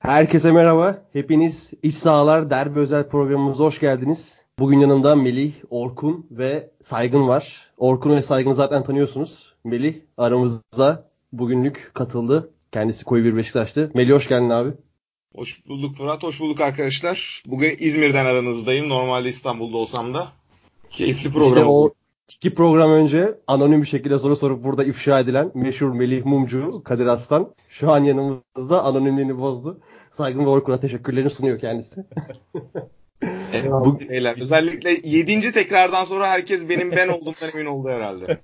Herkese merhaba. Hepiniz İç Sahalar Derbi özel programımıza hoş geldiniz. Bugün yanımda Melih, Orkun ve Saygın var. Orkun ve Saygın'ı zaten tanıyorsunuz. Melih aramıza bugünlük katıldı. Kendisi koyu bir Beşiktaşlı. Melih hoş geldin abi. Hoş bulduk Fırat, hoş bulduk arkadaşlar. Bugün İzmir'den aranızdayım. Normalde İstanbul'da olsam da. Keyifli İşte program o oldu. 2 program önce anonim bir şekilde soru sorup burada ifşa edilen meşhur Melih Mumcu Kadir Aslan. Şu an yanımızda anonimliğini bozdu. Saygın ve Orkun'a teşekkürlerini sunuyor kendisi. Eyvallah Bu, beyler. Özellikle 7. tekrardan sonra herkes benim ben olduğumdan emin oldu herhalde.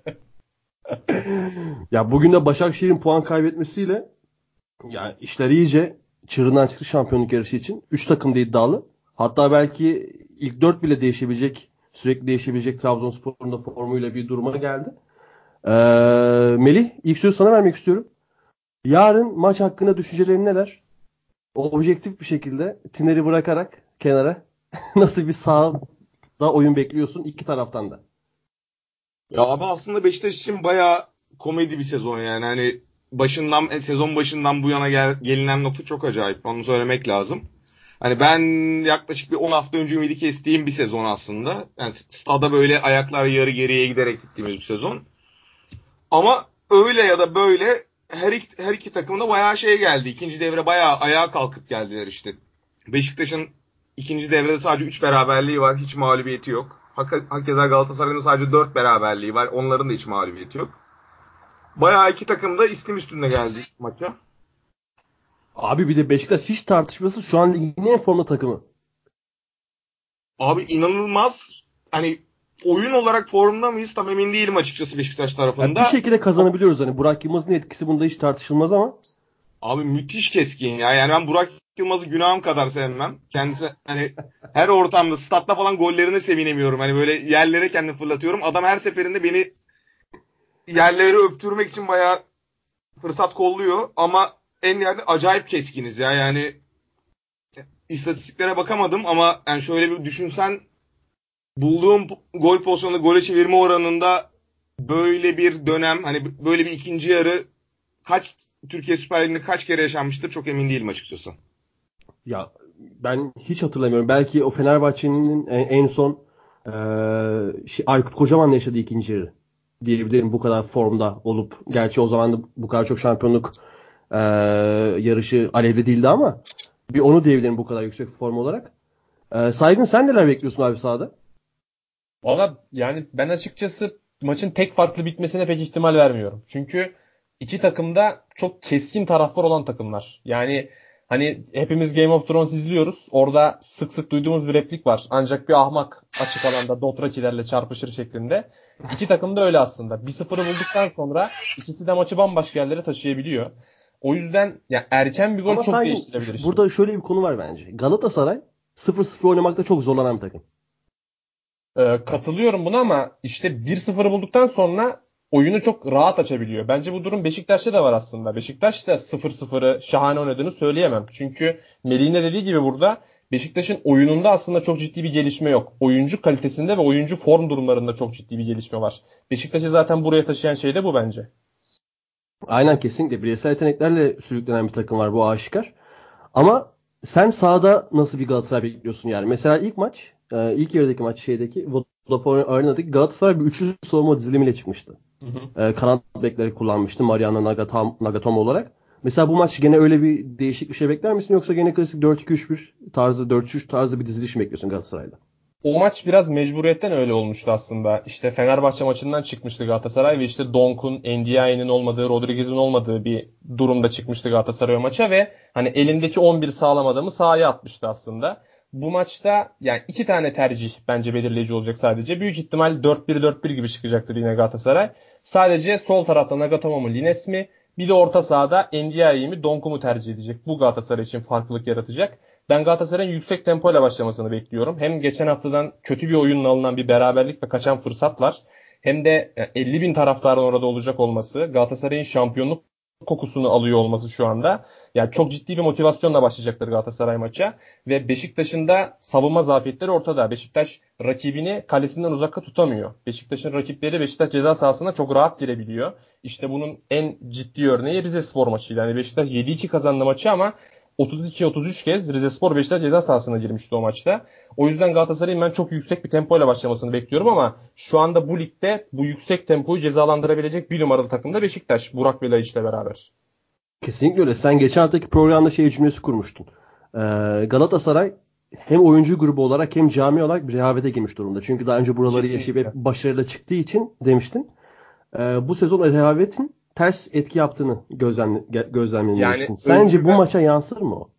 Ya bugün de Başakşehir'in puan kaybetmesiyle ya işler iyice çığırından çıktı şampiyonluk yarışı için. 3 takım da iddialı. Hatta belki ilk 4 bile değişebilecek, sürekli değişebilecek Trabzonspor'un da formuyla bir duruma geldi. Melih, ilk sözü sana vermek istiyorum. Yarın maç hakkında düşüncelerin neler? Objektif bir şekilde Tiner'i bırakarak kenara nasıl bir sahada oyun bekliyorsun iki taraftan da? Ya abi aslında Beşiktaş için bayağı komedi bir sezon yani. Hani sezon başından bu yana gelinen nokta çok acayip. Onu söylemek lazım. Hani ben yaklaşık bir 10 hafta önce ümidi kestiğim bir sezon aslında. Yani stada böyle ayaklar yarı geriye giderek gittiğimiz bir sezon. Ama öyle ya da böyle her iki takımın da bayağı şey geldi. İkinci devre bayağı ayağa kalkıp geldiler işte. Beşiktaş'ın ikinci devrede sadece 3 beraberliği var. Hiç mağlubiyeti yok. Hakeza Galatasaray'ın sadece 4 beraberliği var. Onların da hiç mağlubiyeti yok. Bayağı iki takım da istim üstünde geldi maça. Abi bir de Beşiktaş hiç tartışmasız şu an ligin en formda takımı. Abi inanılmaz. Hani oyun olarak formda mıyız tam emin değilim açıkçası Beşiktaş Ya bir tarafında. şekilde kazanabiliyoruz hani Burak Yılmaz'ın etkisi bunda hiç tartışılmaz ama Abi müthiş keskin ya. Yani ben Burak Yılmaz'ı günahım kadar sevmem. Kendisi hani her ortamda statta falan gollerine sevinemiyorum. Hani böyle yerlere kendimi fırlatıyorum. Adam her seferinde beni yerlere öptürmek için bayağı fırsat kolluyor. Ama en nihayetinde acayip keskiniz ya. Yani istatistiklere bakamadım ama yani şöyle bir düşünsen bulduğum gol pozisyonunda gole çevirme oranında böyle bir dönem hani böyle bir ikinci yarı kaç Türkiye Süper Ligi'nde kaç kere yaşanmıştır çok emin değilim açıkçası. ya ben hiç hatırlamıyorum. Belki o Fenerbahçe'nin en son Aykut Kocaman'la yaşadığı ikinci yarı diyebilirim bu kadar formda olup. Gerçi o zaman da bu kadar çok şampiyonluk yarışı alevli değildi ama bir onu diyebilirim bu kadar yüksek form olarak. Saygın sen neler bekliyorsun abi sahada? Valla yani ben açıkçası maçın tek farklı bitmesine pek ihtimal vermiyorum. Çünkü iki takım da çok keskin taraftar olan takımlar. Yani hani hepimiz Game of Thrones izliyoruz. Orada sık sık duyduğumuz bir replik var. Ancak bir ahmak açık alanda Dothrakilerle çarpışır şeklinde. İki takım da öyle aslında. 1-0'ı bulduktan sonra ikisi de maçı bambaşka yerlere taşıyabiliyor. O yüzden ya erken bir gol Ama çok Saygın değiştirebilir işi. burada şöyle bir konu var bence. Galatasaray 0-0 oynamakta çok zorlanan bir takım. Katılıyorum buna ama işte 1-0'ı bulduktan sonra oyunu çok rahat açabiliyor. Bence bu durum Beşiktaş'ta da var aslında. Beşiktaş da 0-0'ı şahane oynadığını söyleyemem. Çünkü Melih'in de dediği gibi burada Beşiktaş'ın oyununda aslında çok ciddi bir gelişme yok. Oyuncu kalitesinde ve oyuncu form durumlarında çok ciddi bir gelişme var. Beşiktaş'ı zaten buraya taşıyan şey de bu bence. Aynen kesinlikle. Bireysel yeteneklerle sürüklenen bir takım var bu aşikar. Ama sen sahada nasıl bir Galatasaray bekliyorsun yani? Mesela ilk maç, ilk yarıdaki maç Vodafone Arena'daki Galatasaray bir üçlü savunma dizilimiyle çıkmıştı. Hı hı. Kanat bekleri kullanmıştı Mariano Nagatomo olarak. Mesela bu maç gene öyle bir değişik bir şey bekler misin yoksa gene klasik 4-2-3-1 tarzı 4-3 tarzı bir diziliş mi bekliyorsun Galatasaray'da? O maç biraz mecburiyetten öyle olmuştu aslında. İşte Fenerbahçe maçından çıkmıştı Galatasaray ve işte Donk'un, Ndiaye'nin olmadığı, Rodriguez'in olmadığı bir durumda çıkmıştı Galatasaray o maça ve hani elindeki 11 sağlam adamı sahaya atmıştı aslında. Bu maçta yani iki tane tercih bence belirleyici olacak sadece. Büyük ihtimal 4-1-4-1 gibi çıkacaktır yine Galatasaray. Sadece sol tarafta Nagatomo mu Lines mi? Bir de orta sahada Ndiaye'yi mi Donk'u mu tercih edecek? Bu Galatasaray için farklılık yaratacak. Ben Galatasaray'ın yüksek tempoyla başlamasını bekliyorum. Hem geçen haftadan kötü bir oyunla alınan bir beraberlik ve kaçan fırsat var. Hem de 50 bin taraftarın orada olacak olması, Galatasaray'ın şampiyonluk kokusunu alıyor olması şu anda. Yani çok ciddi bir motivasyonla başlayacaktır Galatasaray maça. Ve Beşiktaş'ın da savunma zafiyetleri ortada. Beşiktaş rakibini kalesinden uzakta tutamıyor. Beşiktaş'ın rakipleri Beşiktaş ceza sahasına çok rahat girebiliyor. İşte bunun en ciddi örneği Rizespor maçıydı. Yani Beşiktaş 7-2 kazandı maçı ama 32-33 kez Rizespor Beşiktaş ceza sahasına girmişti o maçta. O yüzden Galatasaray'ın ben çok yüksek bir tempoyla başlamasını bekliyorum ama şu anda bu ligde bu yüksek tempoyu cezalandırabilecek bir numaralı takım da Beşiktaş. Burak ve Laiç'le beraber. Kesinlikle öyle. Sen geçen haftaki programda cümlesi kurmuştun. Galatasaray hem oyuncu grubu olarak hem cami olarak bir rehavete girmiş durumda. Çünkü daha önce buraları yaşayıp hep başarıyla çıktığı için demiştin. Bu sezon rehavetin ters etki yaptığını gözlemlemiştin. Yani Sence bu maça yansır mı o?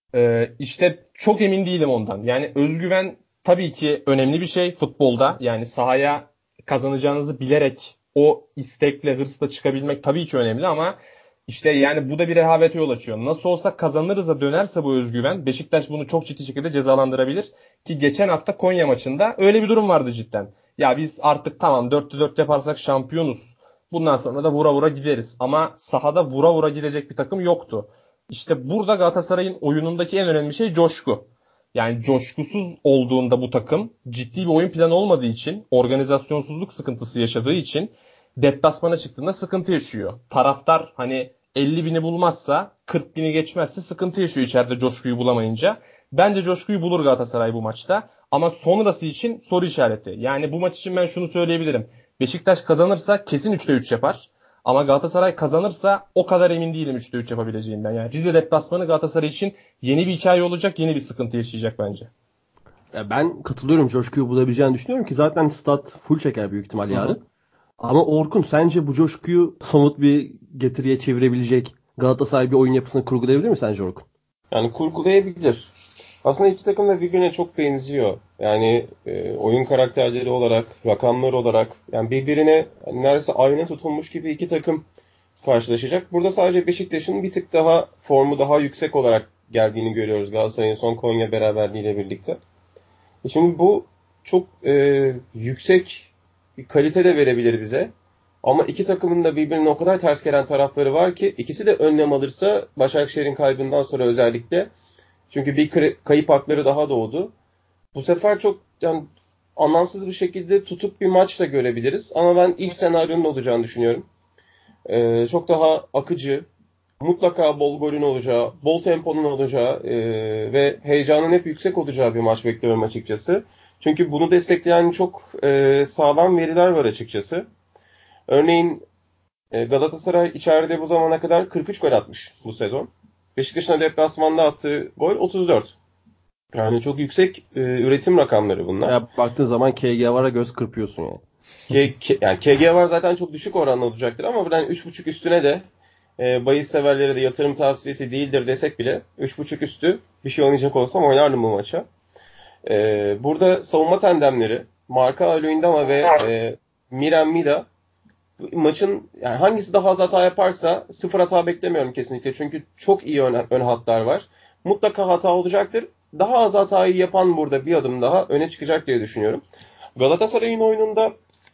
İşte çok emin değilim ondan. Yani özgüven tabii ki önemli bir şey futbolda. Yani sahaya kazanacağınızı bilerek o istekle, hırsla çıkabilmek tabii ki önemli ama işte yani bu da bir rehavete yol açıyor. Nasıl olsa kazanırız'a dönerse bu özgüven Beşiktaş bunu çok ciddi şekilde cezalandırabilir. Ki geçen hafta Konya maçında öyle bir durum vardı cidden. Ya biz artık tamam 4'te 4 yaparsak şampiyonuz. Bundan sonra da vura vura gideriz. Ama sahada vura vura gidecek bir takım yoktu. İşte burada Galatasaray'ın oyunundaki en önemli şey coşku. Yani coşkusuz olduğunda bu takım ciddi bir oyun planı olmadığı için, organizasyonsuzluk sıkıntısı yaşadığı için deplasmana çıktığında sıkıntı yaşıyor. Taraftar hani 50 bini bulmazsa 40 bini geçmezse sıkıntı yaşıyor içeride coşkuyu bulamayınca. Bence coşkuyu bulur Galatasaray bu maçta. Ama sonrası için soru işareti. Yani bu maç için ben şunu söyleyebilirim. Beşiktaş kazanırsa kesin 3'te 3 yapar. Ama Galatasaray kazanırsa o kadar emin değilim 3'te 3 yapabileceğinden. Yani Rize deplasmanı Galatasaray için yeni bir hikaye olacak, yeni bir sıkıntı yaşayacak bence. Ya ben katılıyorum. Coşkuyu bulabileceğini düşünüyorum ki zaten stat full çeker büyük ihtimal yarın. Ama Orkun sence bu coşkuyu somut bir getiriye çevirebilecek Galatasaray bir oyun yapısını kurgulayabilir mi sence Orkun? Yani kurgulayabilir. Aslında iki takım da birbirine çok benziyor. Yani oyun karakterleri olarak, rakamlar olarak yani birbirine neredeyse aynı tutulmuş gibi iki takım karşılaşacak. Burada sadece Beşiktaş'ın bir tık daha formu daha yüksek olarak geldiğini görüyoruz Galatasaray'ın son Konya beraberliğiyle birlikte. Şimdi bu çok yüksek bir kalite de verebilir bize. Ama iki takımın da birbirine o kadar ters gelen tarafları var ki ikisi de önlem alırsa Başakşehir'in kaybından sonra özellikle çünkü bir kayıp hakları daha doğdu. Bu sefer çok yani anlamsız bir şekilde tutuk bir maç da görebiliriz. Ama ben ilk senaryonun olacağını düşünüyorum. Çok daha akıcı, mutlaka bol golün olacağı, bol temponun olacağı ve heyecanın hep yüksek olacağı bir maç bekliyorum açıkçası. Çünkü bunu destekleyen çok sağlam veriler var açıkçası. Örneğin Galatasaray içeride bu zamana kadar 43 gol atmış bu sezon. Beşiktaş'ın deplasmanda attığı gol 34. Yani çok yüksek üretim rakamları bunlar. Ya baktığın zaman KG göz kırpıyorsun yani. Yani KG var zaten çok düşük oranlı olacaktır ama buradan 3.5 üstüne de bahis severlere de yatırım tavsiyesi değildir desek bile 3.5 üstü bir şey oynayacak olsam oynardım bu maça. Burada savunma tandemleri Marka Aluyndama ve Miran Mida maçın yani hangisi daha az hata yaparsa sıfır hata beklemiyorum kesinlikle. Çünkü çok iyi ön hatlar var. Mutlaka hata olacaktır. Daha az hatayı yapan burada bir adım daha öne çıkacak diye düşünüyorum. Galatasaray'ın oyununda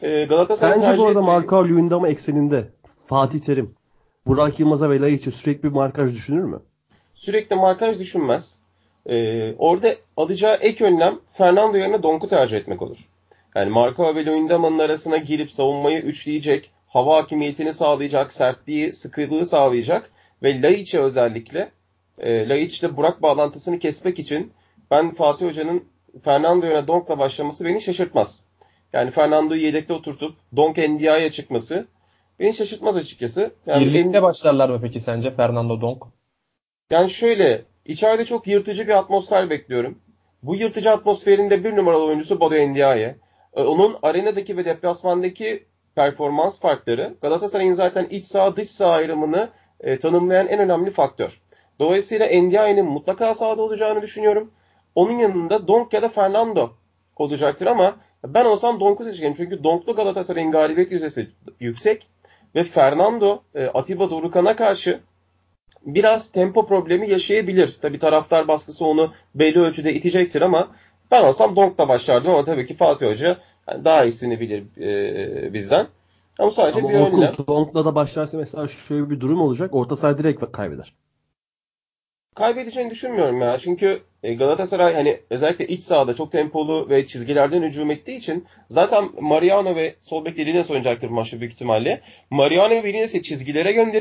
Sence bu arada Marka Luyendama ekseninde Fatih Terim Burak Yılmaz'a ve Laiç'e sürekli bir markaj düşünür mü? Sürekli markaj düşünmez. Orada alacağı ek önlem Fernando yerine Donk'u tercih etmek olur. Yani Marka ve Luyendama'nın arasına girip savunmayı üçleyecek, hava hakimiyetini sağlayacak, sertliği, sıkılığı sağlayacak ve Laiç'e özellikle Laiç'le Burak bağlantısını kesmek için ben Fatih Hoca'nın Fernando yerine Donk'la başlaması beni şaşırtmaz. Yani Fernando'yu yedekte oturtup Donk Ndiaye'ye çıkması beni şaşırtmaz açıkçası. Yani Birlikte başlarlar mı peki sence Fernando Donk? Yani şöyle, içeride çok yırtıcı bir atmosfer bekliyorum. Bu yırtıcı atmosferinde bir numaralı oyuncusu Badu Endiaye. Onun arenadaki ve deplasmandaki performans farkları Galatasaray'ın zaten iç saha dış saha ayrımını tanımlayan en önemli faktör. Dolayısıyla Endiaye'nin mutlaka sahada olacağını düşünüyorum. Onun yanında Donk ya da Fernando olacaktır ama ben olsam Donk'u seçeceğim. Çünkü Donk'lu Galatasaray'ın galibiyet yüzdesi yüksek ve Fernando Atiba Dorukan'a karşı biraz tempo problemi yaşayabilir. Tabii taraftar baskısı onu belli ölçüde itecektir ama ben olsam Donk'la başlardım ama tabii ki Fatih Hoca daha iyisini bilir bizden. Ama sadece ama bir önlem. Donk'la da başlarsa mesela şöyle bir durum olacak. Orta saha direkt kaybeder. Kaybedeceğini düşünmüyorum ya. Çünkü Galatasaray hani özellikle iç sahada çok tempolu ve çizgilerden hücum ettiği için zaten Mariano ve sol bek Lines oynayacaktır bu maçta büyük ihtimalle. Mariano ve Lines'i çizgilere gönderip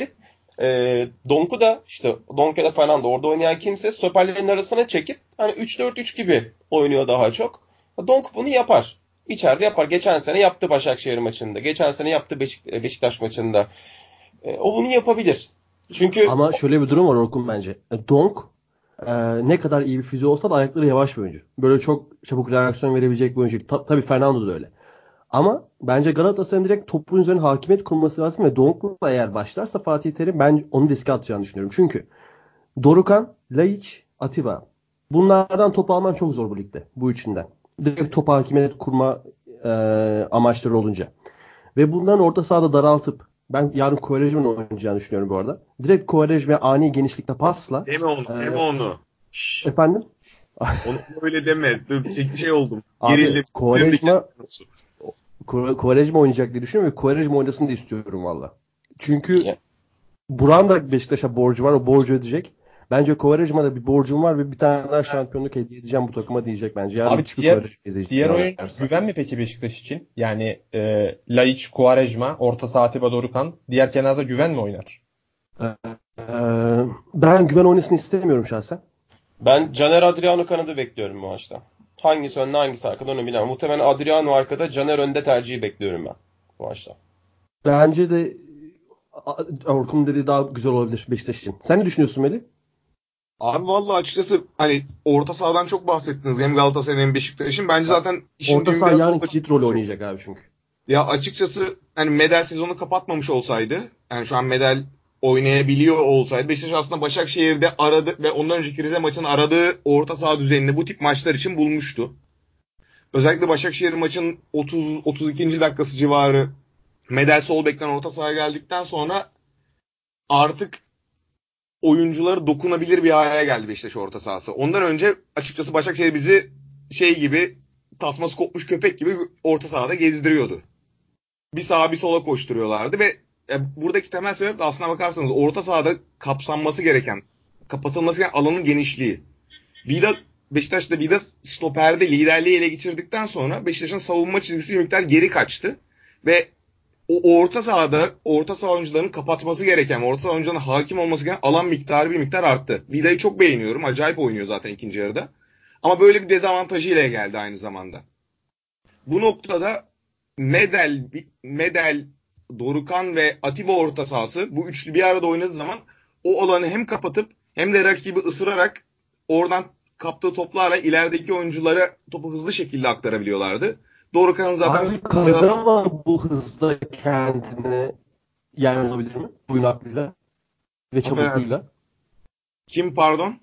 Donk'u da işte Donk ya da Fernando orada oynayan kimse stoperlerin arasına çekip hani 3-4-3 gibi oynuyor daha çok. Donk bunu yapar. İçeride yapar. Geçen sene yaptı Başakşehir maçında. Geçen sene yaptı Beşiktaş maçında. O bunu yapabilir. Çünkü Ama şöyle bir durum var Orkun bence. Donk ne kadar iyi bir fiziği olsa da ayakları yavaş bir oyuncu. Böyle çok çabuk reaksiyon verebilecek bir oyuncu. Tabii Fernando da öyle. Ama bence Galatasaray'ın direkt topun üzerine hakimiyet kurması lazım ve Donk'la eğer başlarsa Fatih Terim ben onu riske atacağını düşünüyorum. Çünkü Dorukhan, Laiç, Atiba. Bunlardan top alman çok zor bu ligde. Bu üçünden. Direkt topa hakimiyet kurma amaçları olunca. Ve bundan orta sahada daraltıp ben yarın Quaresma'nın oynayacağını düşünüyorum bu arada. Direkt Quaresma ani genişlikte pasla. Deme onu. Deme onu. Şşş. Efendim? Onu öyle deme. Dur, şey oldum. Abi Gerildim. Quaresma oynayacak diye düşünüyorum ve Quaresma oynasın da istiyorum valla. Çünkü ya, Burak'ın da Beşiktaş'a borcu var. O borcu ödeyecek. Bence Quaresma'da bir borcum var ve bir tane daha şampiyonluk hediye edeceğim bu takıma diyecek bence. Yarın Abi küçük Quaresma izleyeceğiz. diğer oyuncu güven mi peki Beşiktaş için? Yani Laiç, Quaresma, orta saha Atiba Dorukhan. Diğer kenarda güven mi oynar? Ben güven oynasın istemiyorum şahsen. ben Caner Adriano kanadı bekliyorum bu maçta. Hangisi önde hangisi arkada onu bilemem. Muhtemelen Adriano arkada, Caner önde tercihi bekliyorum ben bu maçta. Bence de Orkun'un dediği daha güzel olabilir Beşiktaş için. Sen ne düşünüyorsun Melih? Abi vallahi açıkçası hani orta sahadan çok bahsettiniz. Hem Galatasaray'ın hem Beşiktaş'ın. Bence zaten işin Orta düğümü saha biraz yarın orada kilit rol çıkacak. oynayacak abi çünkü. Ya açıkçası hani Medel sezonu kapatmamış olsaydı, yani şu an Medel oynayabiliyor olsaydı Beşiktaş aslında Başakşehir'de aradı ve ondan önceki Rize maçının aradığı orta saha düzenini bu tip maçlar için bulmuştu. Özellikle Başakşehir maçın 30-32. dakikası civarı Medel sol bekten orta sahaya geldikten sonra artık oyuncuları dokunabilir bir hale geldi Beşiktaş orta sahası. Ondan önce açıkçası Başakşehir bizi şey gibi, tasması kopmuş köpek gibi orta sahada gezdiriyordu. Bir sağa bir sola koşturuyorlardı ve buradaki temel sebep de aslına bakarsanız orta sahada kapsanması gereken, kapatılması gereken alanın genişliği. Vida Beşiktaş'ta Vida stoperde liderliği ele geçirdikten sonra Beşiktaş'ın savunma çizgisi bir miktar geri kaçtı ve o orta sahada orta saha oyuncularının kapatması gereken, orta saha oyuncularının hakim olması gereken alan miktarı bir miktar arttı. Vida'yı çok beğeniyorum. Acayip oynuyor zaten ikinci yarıda. Ama böyle bir dezavantajı ile geldi aynı zamanda. Bu noktada Medel, Dorukhan ve Atiba orta sahası bu üçlü bir arada oynadığı zaman o alanı hem kapatıp hem de rakibi ısırarak oradan kaptığı toplarla ilerideki oyunculara topu hızlı şekilde aktarabiliyorlardı. Dorukhan'ın zaten Abi Kagawa bu hızda kendine yer olabilir mi? Oyun aklıyla ve affedersin. çabukluğuyla. Kim pardon?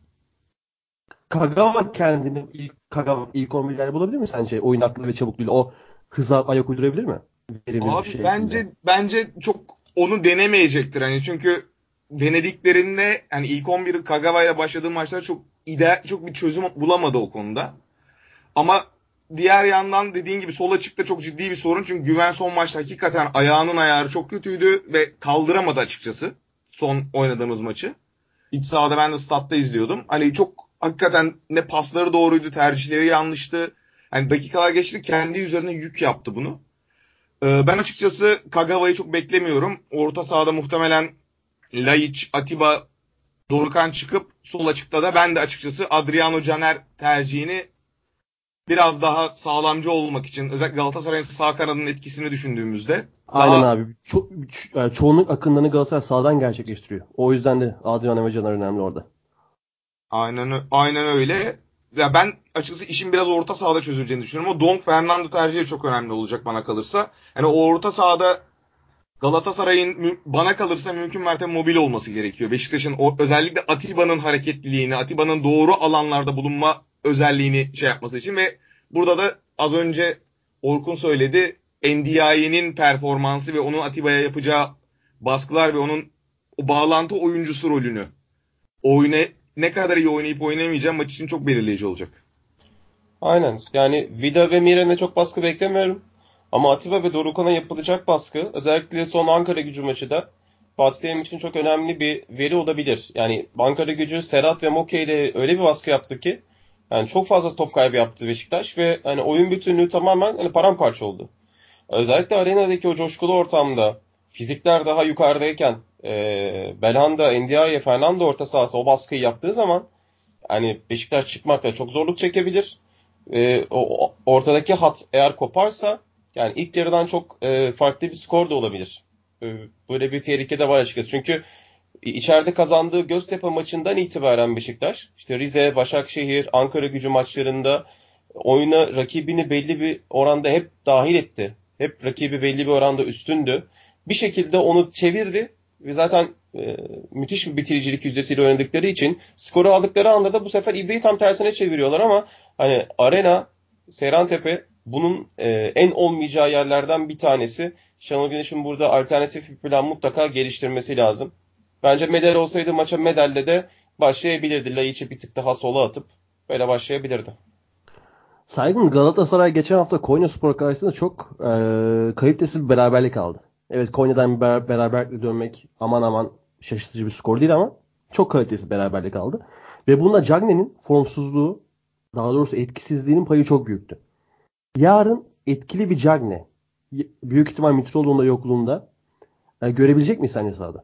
Kagawa ilk 11'ler bulabilir mi sence? Oyun aklı ve çabukluğuyla o hıza ayak uydurabilir mi? Verimli bir Abi şekilde. bence çok onu denemeyecektir. Hani çünkü denediklerinde hani ilk 11 Kagawa ile başladığı maçlar çok ideal, çok bir çözüm bulamadı o konuda. Ama diğer yandan dediğin gibi sol açıkta çok ciddi bir sorun. Çünkü Güven son maçta hakikaten ayağının ayarı çok kötüydü ve kaldıramadı açıkçası son oynadığımız maçı. İç sahada ben de statta izliyordum. Hani çok hakikaten ne pasları doğruydu, tercihleri yanlıştı. Hani dakikalar geçti kendi üzerine yük yaptı bunu. Ben açıkçası Kagawa'yı çok beklemiyorum. Orta sahada muhtemelen Laiç, Atiba, Dorukhan çıkıp sol açıkta da ben de açıkçası Adriano Caner tercihini biraz daha sağlamcı olmak için özellikle Galatasaray'ın sağ kanadının etkisini düşündüğümüzde Aynen daha abi. Çoğunluk akınlarını Galatasaray sağdan gerçekleştiriyor. O yüzden de Adrian ve Caner önemli orada. aynen öyle. Ya ben açıkçası işin biraz orta sahada çözüleceğini düşünüyorum. O Don Fernando tercihi çok önemli olacak bana kalırsa. Yani o orta sahada Galatasaray'ın bana kalırsa mümkün mertebe mobil olması gerekiyor. Beşiktaş'ın özellikle Atiba'nın hareketliliğini, Atiba'nın doğru alanlarda bulunma özelliğini şey yapması için ve burada da az önce Orkun söyledi. Ndiaye'nin performansı ve onun Atiba'ya yapacağı baskılar ve onun o bağlantı oyuncusu rolünü ne kadar iyi oynayıp oynamayacağı maç için çok belirleyici olacak. Aynen. Yani Vida ve Miren'e çok baskı beklemiyorum. Ama Atiba ve Dorukhan'a yapılacak baskı özellikle son Ankara Gücü maçı da Fatih Terim için çok önemli bir veri olabilir. Yani Ankara Gücü Serhat ve Moke ile öyle bir baskı yaptı ki yani çok fazla top kaybı yaptı Beşiktaş ve hani oyun bütünlüğü tamamen hani paramparça oldu. Özellikle arenadaki o coşkulu ortamda fizikler daha yukarıdayken Belhanda, Ndiaye, Fernando orta sahası o baskıyı yaptığı zaman hani Beşiktaş çıkmakta çok zorluk çekebilir. O ortadaki hat eğer koparsa yani ilk yarıdan çok farklı bir skor da olabilir. Böyle bir tehlike de var açıkçası. Çünkü içeride kazandığı Göztepe maçından itibaren Beşiktaş, işte Rize, Başakşehir, Ankaragücü maçlarında oyuna rakibini belli bir oranda hep dahil etti. Hep rakibi belli bir oranda üstündü. Bir şekilde onu çevirdi ve zaten müthiş bir bitiricilik yüzdesiyle oynadıkları için skoru aldıkları anda da bu sefer ibreyi tam tersine çeviriyorlar ama hani Arena, Seyrantepe bunun en olmayacağı yerlerden bir tanesi. Şenol Güneş'in burada alternatif bir plan mutlaka geliştirmesi lazım. Bence Medel olsaydı maça Medel'le de başlayabilirdi. Laiç'i bir tık daha sola atıp böyle başlayabilirdi. Saygın, Galatasaray geçen hafta Konyaspor karşısında çok kalitesiz bir beraberlik aldı. Evet, Konya'dan bir beraberlikle dönmek aman aman şaşırtıcı bir skor değil ama çok kalitesiz beraberlik aldı. Ve bunda Cagney'in formsuzluğu, daha doğrusu etkisizliğinin payı çok büyüktü. Yarın etkili bir Cagney, büyük ihtimal Mitroğlu'nun da yokluğunda görebilecek miyiz sence sahada?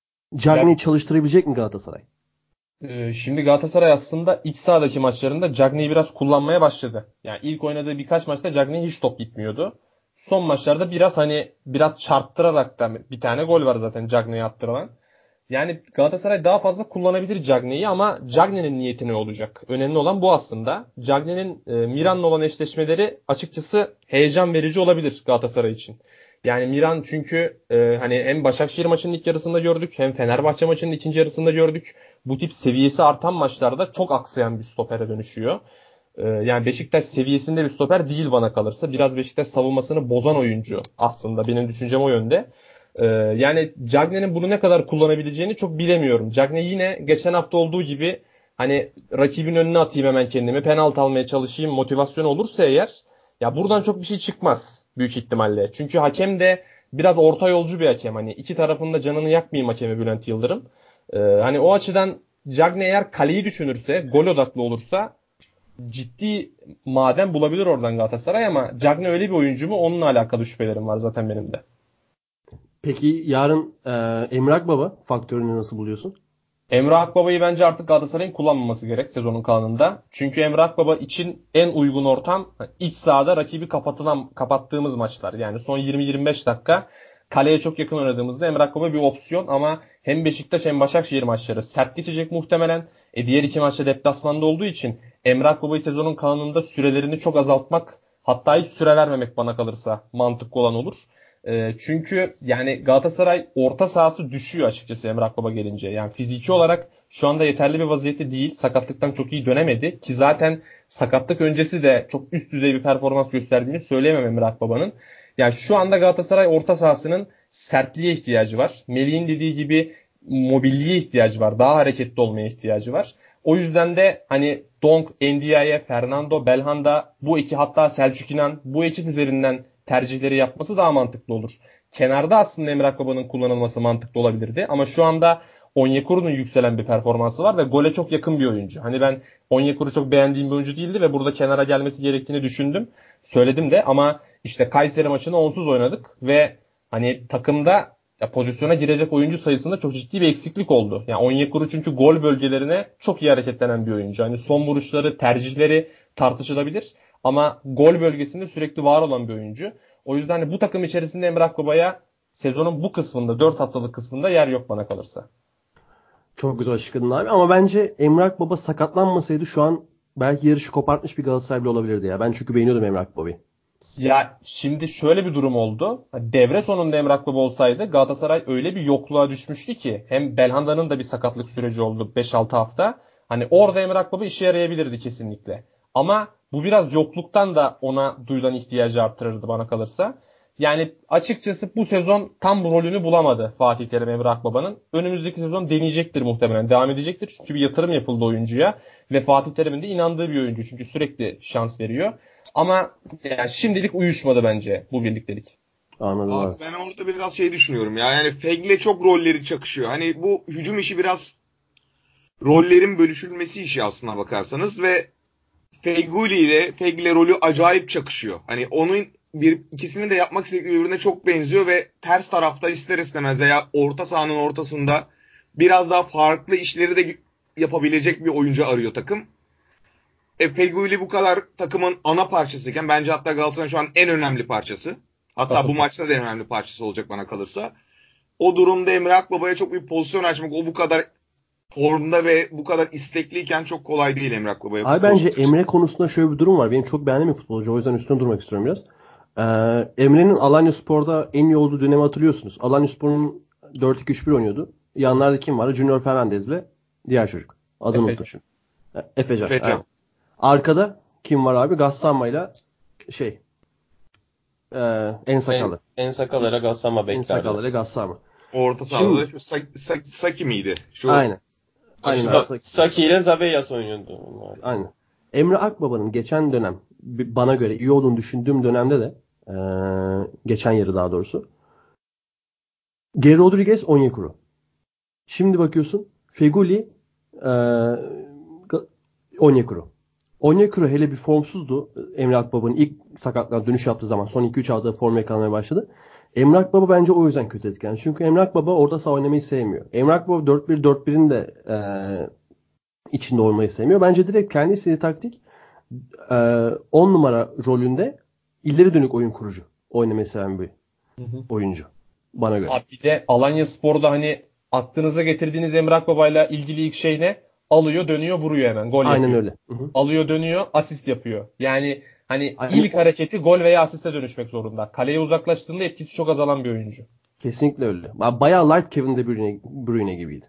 Ya Cagney'i çalıştırabilecek mi Galatasaray? Şimdi Galatasaray aslında iç sahadaki maçlarında Cagney'i biraz kullanmaya başladı. Yani ilk oynadığı birkaç maçta Cagney hiç top gitmiyordu. Son maçlarda biraz çarptırarak da bir tane gol var zaten Cagney'e attırılan. Yani Galatasaray daha fazla kullanabilir Cagney'i ama Cagney'in niyeti ne olacak? Önemli olan bu aslında. Cagney'in Miran'la olan eşleşmeleri açıkçası heyecan verici olabilir Galatasaray için. Yani Miran çünkü hani hem Başakşehir maçının ilk yarısında gördük hem Fenerbahçe maçının ikinci yarısında gördük. Bu tip seviyesi artan maçlarda çok aksayan bir stopere dönüşüyor. Yani Beşiktaş seviyesinde bir stoper değil bana kalırsa. Biraz Beşiktaş savunmasını bozan oyuncu aslında. Benim düşüncem o yönde. Yani Cagney'in bunu ne kadar kullanabileceğini çok bilemiyorum. Cagney yine geçen hafta olduğu gibi hani rakibin önüne atayım hemen kendimi, penaltı almaya çalışayım motivasyonu olursa eğer ya buradan çok bir şey çıkmaz büyük ihtimalle. Çünkü hakem de biraz orta yolcu bir hakem. Hani iki tarafında canını yakmayayım hakemi Bülent Yıldırım. Hani o açıdan Cagney eğer kaleyi düşünürse, gol odaklı olursa ciddi maden bulabilir oradan Galatasaray ama Cagney öyle bir oyuncu mu? Onunla alakalı şüphelerim var zaten benim de. Peki yarın Emre Akbaba faktörünü nasıl buluyorsun? Emre Akbaba'yı bence artık Galatasaray'ın kullanmaması gerek sezonun kalanında. Çünkü Emre Akbaba için en uygun ortam iç sahada rakibi kapattığımız maçlar. Yani son 20-25 dakika kaleye çok yakın oynadığımızda Emre Akbaba bir opsiyon ama hem Beşiktaş hem Başakşehir maçları sert geçecek muhtemelen. Diğer iki maçta deplasmanda olduğu için Emre Akbaba'yı sezonun kalanında sürelerini çok azaltmak hatta hiç süre vermemek bana kalırsa mantıklı olan olur. Çünkü yani Galatasaray orta sahası düşüyor açıkçası Emre Akbaba gelince. Yani fiziki olarak şu anda yeterli bir vaziyette değil. Sakatlıktan çok iyi dönemedi. Ki zaten sakatlık öncesi de çok üst düzey bir performans gösterdiğini söyleyemem Emre Akbaba'nın. Yani şu anda Galatasaray orta sahasının sertliğe ihtiyacı var. Melih'in dediği gibi mobilliğe ihtiyacı var. Daha hareketli olmaya ihtiyacı var. O yüzden de hani Donk, Ndiaye, Fernando, Belhanda bu iki hatta Selçuk İnan bu ekip üzerinden tercihleri yapması daha mantıklı olur. Kenarda aslında Emre Akbaba'nın kullanılması mantıklı olabilirdi. Ama şu anda Onyekuru'nun yükselen bir performansı var ve gole çok yakın bir oyuncu. Hani ben Onyekuru çok beğendiğim bir oyuncu değildi ve burada kenara gelmesi gerektiğini düşündüm. Söyledim de ama işte Kayseri maçını onsuz oynadık ve hani takımda pozisyona girecek oyuncu sayısında çok ciddi bir eksiklik oldu. Yani Onyekuru çünkü gol bölgelerine çok iyi hareketlenen bir oyuncu. Hani son vuruşları, tercihleri tartışılabilir. Ama gol bölgesinde sürekli var olan bir oyuncu. O yüzden de bu takım içerisinde Emre Akbaba'ya sezonun bu kısmında 4 haftalık kısmında yer yok bana kalırsa. Çok güzel açıkladın abi ama bence Emre Akbaba sakatlanmasaydı şu an belki yarışı kopartmış bir Galatasaray bile olabilirdi ya. Ben çünkü beğeniyordum Emre Akbaba'yı. Ya şimdi şöyle bir durum oldu. Devre sonunda Emre Akbaba olsaydı Galatasaray öyle bir yokluğa düşmüştü ki hem Belhanda'nın da bir sakatlık süreci oldu 5-6 hafta. Hani orada Emre Akbaba işe yarayabilirdi kesinlikle. Ama bu biraz yokluktan da ona duyulan ihtiyacı artırırdı bana kalırsa. Yani açıkçası bu sezon tam bu rolünü bulamadı Fatih Terim Emre Akbaba'nın. Önümüzdeki sezon deneyecektir muhtemelen. Devam edecektir. Çünkü bir yatırım yapıldı oyuncuya. Ve Fatih Terim'in de inandığı bir oyuncu. Çünkü sürekli şans veriyor. Ama yani şimdilik uyuşmadı bence bu birliktelik. Anladım Abi abi. ben orada biraz şey düşünüyorum ya. Yani Fegle çok rolleri çakışıyor. Hani bu hücum işi biraz rollerin bölüşülmesi işi aslına bakarsanız ve Feguli ile Fegle rolü acayip çakışıyor. Hani onun ikisinin de yapmak istedikleri birbirine çok benziyor ve ters tarafta ister istemez veya orta sahanın ortasında biraz daha farklı işleri de yapabilecek bir oyuncu arıyor takım. Feghouli bu kadar takımın ana parçasıyken bence hatta Galatasaray'ın şu an en önemli parçası. Hatta bu maçta da en önemli parçası olacak bana kalırsa. O durumda Emre Akbaba'ya çok bir pozisyon açmak, o bu kadar formda ve bu kadar istekliyken çok kolay değil Emre Akbaba'ya. Abi bence Emre konusunda şöyle bir durum var. Benim çok beğendiğim bir futbolcu. O yüzden üstüne durmak istiyorum biraz. Emre'nin Alanyaspor'da en iyi olduğu dönemi hatırlıyorsunuz. Alanyaspor'un 4-2-3-1 oynuyordu. Yanlarda kim vardı? Junior Fernandez'le diğer çocuk. Adını unutmuşum. Efecan. Evet. Arkada kim var abi? Gassama'yla En Sakallı. En Sakallı'yla Gassama beklerdi. En Sakallı'yla Gassama. Orta sahada Saki miydi? Aynen. Saki ile Zabeyas oynuyordu. Aynen. Emre Akbaba'nın geçen dönem bana göre iyi olduğunu düşündüğüm dönemde de geçen yarı daha doğrusu Geri Rodriguez, Onyekuru. Şimdi bakıyorsun Feghouli, Onyekuru. Onyekuru hele bir formsuzdu. Emre Akbaba'nın ilk sakatlıktan dönüş yaptığı zaman son 2-3 haftada form yakalamaya başladı. Emre Akbaba bence o yüzden kötü etkilendi. Çünkü Emre Akbaba orada saha oynamayı sevmiyor. Emre Akbaba 4-1-4-1'in de içinde olmayı sevmiyor. Bence direkt kendi istediği taktik 10 numara rolünde ileri dönük oyun kurucu. Oynamayı seven bir oyuncu. Bana göre. Abi bir de Alanyaspor'da hani aklınıza getirdiğiniz Emre Akbaba'yla ilgili ilk şey ne? Alıyor, dönüyor, vuruyor hemen. Gol Aynen yapıyor. öyle. Hı-hı. Alıyor, dönüyor, asist yapıyor. Yani hani ilk hareketi gol veya asiste dönüşmek zorunda. Kaleye uzaklaştığında etkisi çok azalan bir oyuncu. Kesinlikle öyle. Bayağı light Kevin De Bruyne gibiydi.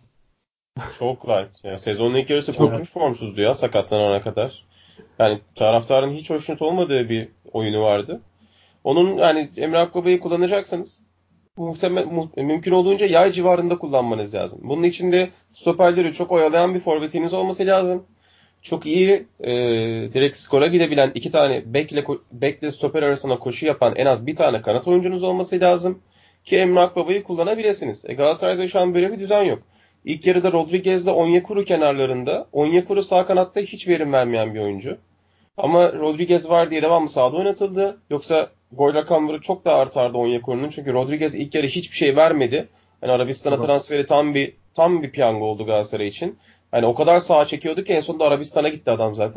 Çok light. Yani sezonun ilk yarısı korkunç formsuzdu ya sakatlanana kadar. Yani taraftarın hiç hoşnut olmadığı bir oyunu vardı. Onun yani Emre Akbaba'yı kullanacaksanız mümkün olduğunca yay civarında kullanmanız lazım. Bunun için de stoperleri çok oyalayan bir forvetiniz olması lazım. Çok iyi direkt skora gidebilen 2 tane bekle stoper arasında koşu yapan en az bir tane kanat oyuncunuz olması lazım. Ki Emre Akbaba'yı kullanabilirsiniz. Galatasaray'da şu an böyle bir düzen yok. İlk yarıda Rodriguez'le Onyekuru kenarlarında. Onyekuru sağ kanatta hiç verim vermeyen bir oyuncu. Ama Rodriguez var diye devamlı sahada oynatıldı. Yoksa gol rakamları çok daha artardı Onyekuru'nun. Çünkü Rodriguez ilk yarı hiçbir şey vermedi. Yani Arabistan'a transferi tam bir piyango oldu Galatasaray için. Hani o kadar sağa çekiyordu ki en sonunda Arabistan'a gitti adam zaten.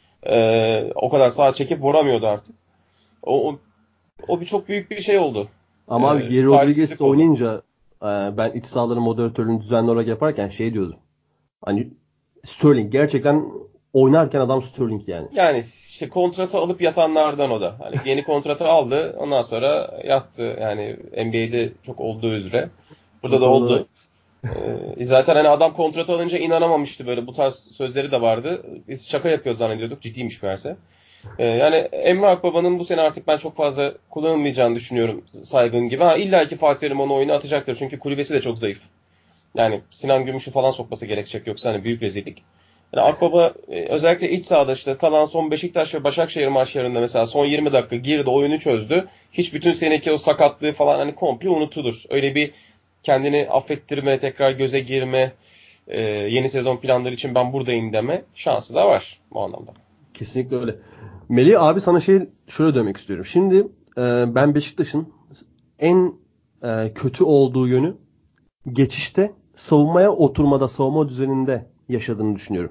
O kadar sağa çekip vuramıyordu artık. O bir çok büyük bir şey oldu. Ama abi Geri Rodriguez'de oynayınca ben iç sahaların moderatörlüğünü düzenli olarak yaparken diyordum. Hani Sterling gerçekten oynarken adam Sterling yani. Yani işte kontratı alıp yatanlardan o da. Hani yeni kontratı aldı, ondan sonra yattı. Yani NBA'de çok olduğu üzere. Burada da oldu. Zaten hani adam kontratı alınca inanamamıştı, böyle bu tarz sözleri de vardı. Biz şaka yapıyor zannediyorduk, ciddiymiş meğerse. Yani Emre Akbaba'nın bu sene artık ben çok fazla kullanılmayacağını düşünüyorum Saygın gibi. İlla ki Fatih Terim onu oyuna atacaktır çünkü kulübesi de çok zayıf. Yani Sinan Gümüş'ü falan sokması gerekecek, yoksa hani büyük rezillik. Yani Akbaba özellikle iç sahada işte kalan son Beşiktaş ve Başakşehir maçlarında mesela son 20 dakika girdi, oyunu çözdü. Hiç bütün seneki o sakatlığı falan hani komple unutulur. Öyle bir kendini affettirme, tekrar göze girme, yeni sezon planları için ben buradayım deme şansı da var bu anlamda. Kesinlikle öyle. Melih abi sana şöyle demek istiyorum. Şimdi ben Beşiktaş'ın en kötü olduğu yönü geçişte savunmaya oturmada, savunma düzeninde yaşadığını düşünüyorum.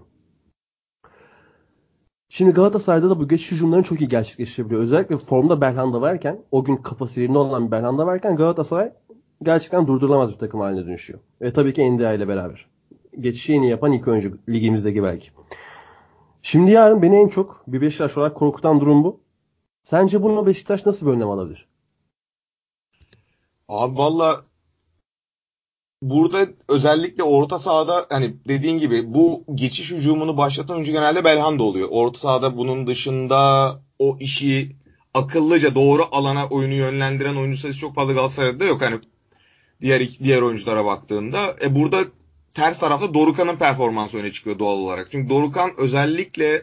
Şimdi Galatasaray'da da bu geçiş hücumlarını çok iyi gerçekleştirebiliyor. Özellikle formda Belhanda varken, o gün kafası yerinde olan bir Belhanda varken Galatasaray gerçekten durdurulamaz bir takım haline dönüşüyor. Ve tabii ki NDI ile beraber. Geçişi en iyi yapan ilk oyuncu ligimizdeki belki. Şimdi yarın beni en çok bir Beşiktaş olarak korkutan durum bu. Sence bunu Beşiktaş nasıl bir önlem alabilir? Abi valla burada özellikle orta sahada hani dediğin gibi bu geçiş hücumunu başlatan oyuncu genelde Belhanda oluyor. Orta sahada bunun dışında o işi akıllıca doğru alana oyunu yönlendiren oyuncu sayısı çok fazla Galatasaray'da yok. Hani diğer oyunculara baktığında. Burada ters tarafta Dorukhan'ın performansı öne çıkıyor doğal olarak. Çünkü Dorukhan özellikle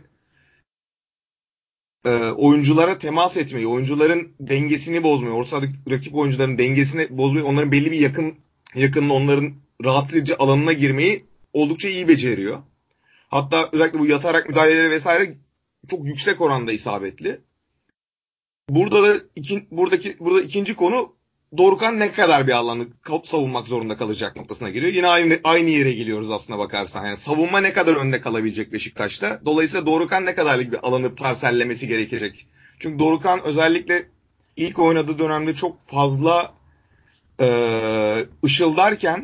oyunculara temas etmeyi, oyuncuların dengesini bozmayı, orta sahadaki rakip oyuncuların dengesini bozmayı, onların belli bir yakınını onların rahatsız edici alanına girmeyi oldukça iyi beceriyor. Hatta özellikle bu yatarak müdahaleleri vesaire çok yüksek oranda isabetli. burada ikinci konu Dorukhan ne kadar bir alanı savunmak zorunda kalacak noktasına geliyor. Yine aynı yere geliyoruz aslına bakarsan. Yani savunma ne kadar önde kalabilecek Beşiktaş'ta. Dolayısıyla Dorukhan ne kadarlık bir alanı parsellemesi gerekecek. Çünkü Dorukhan özellikle ilk oynadığı dönemde çok fazla ışıldarken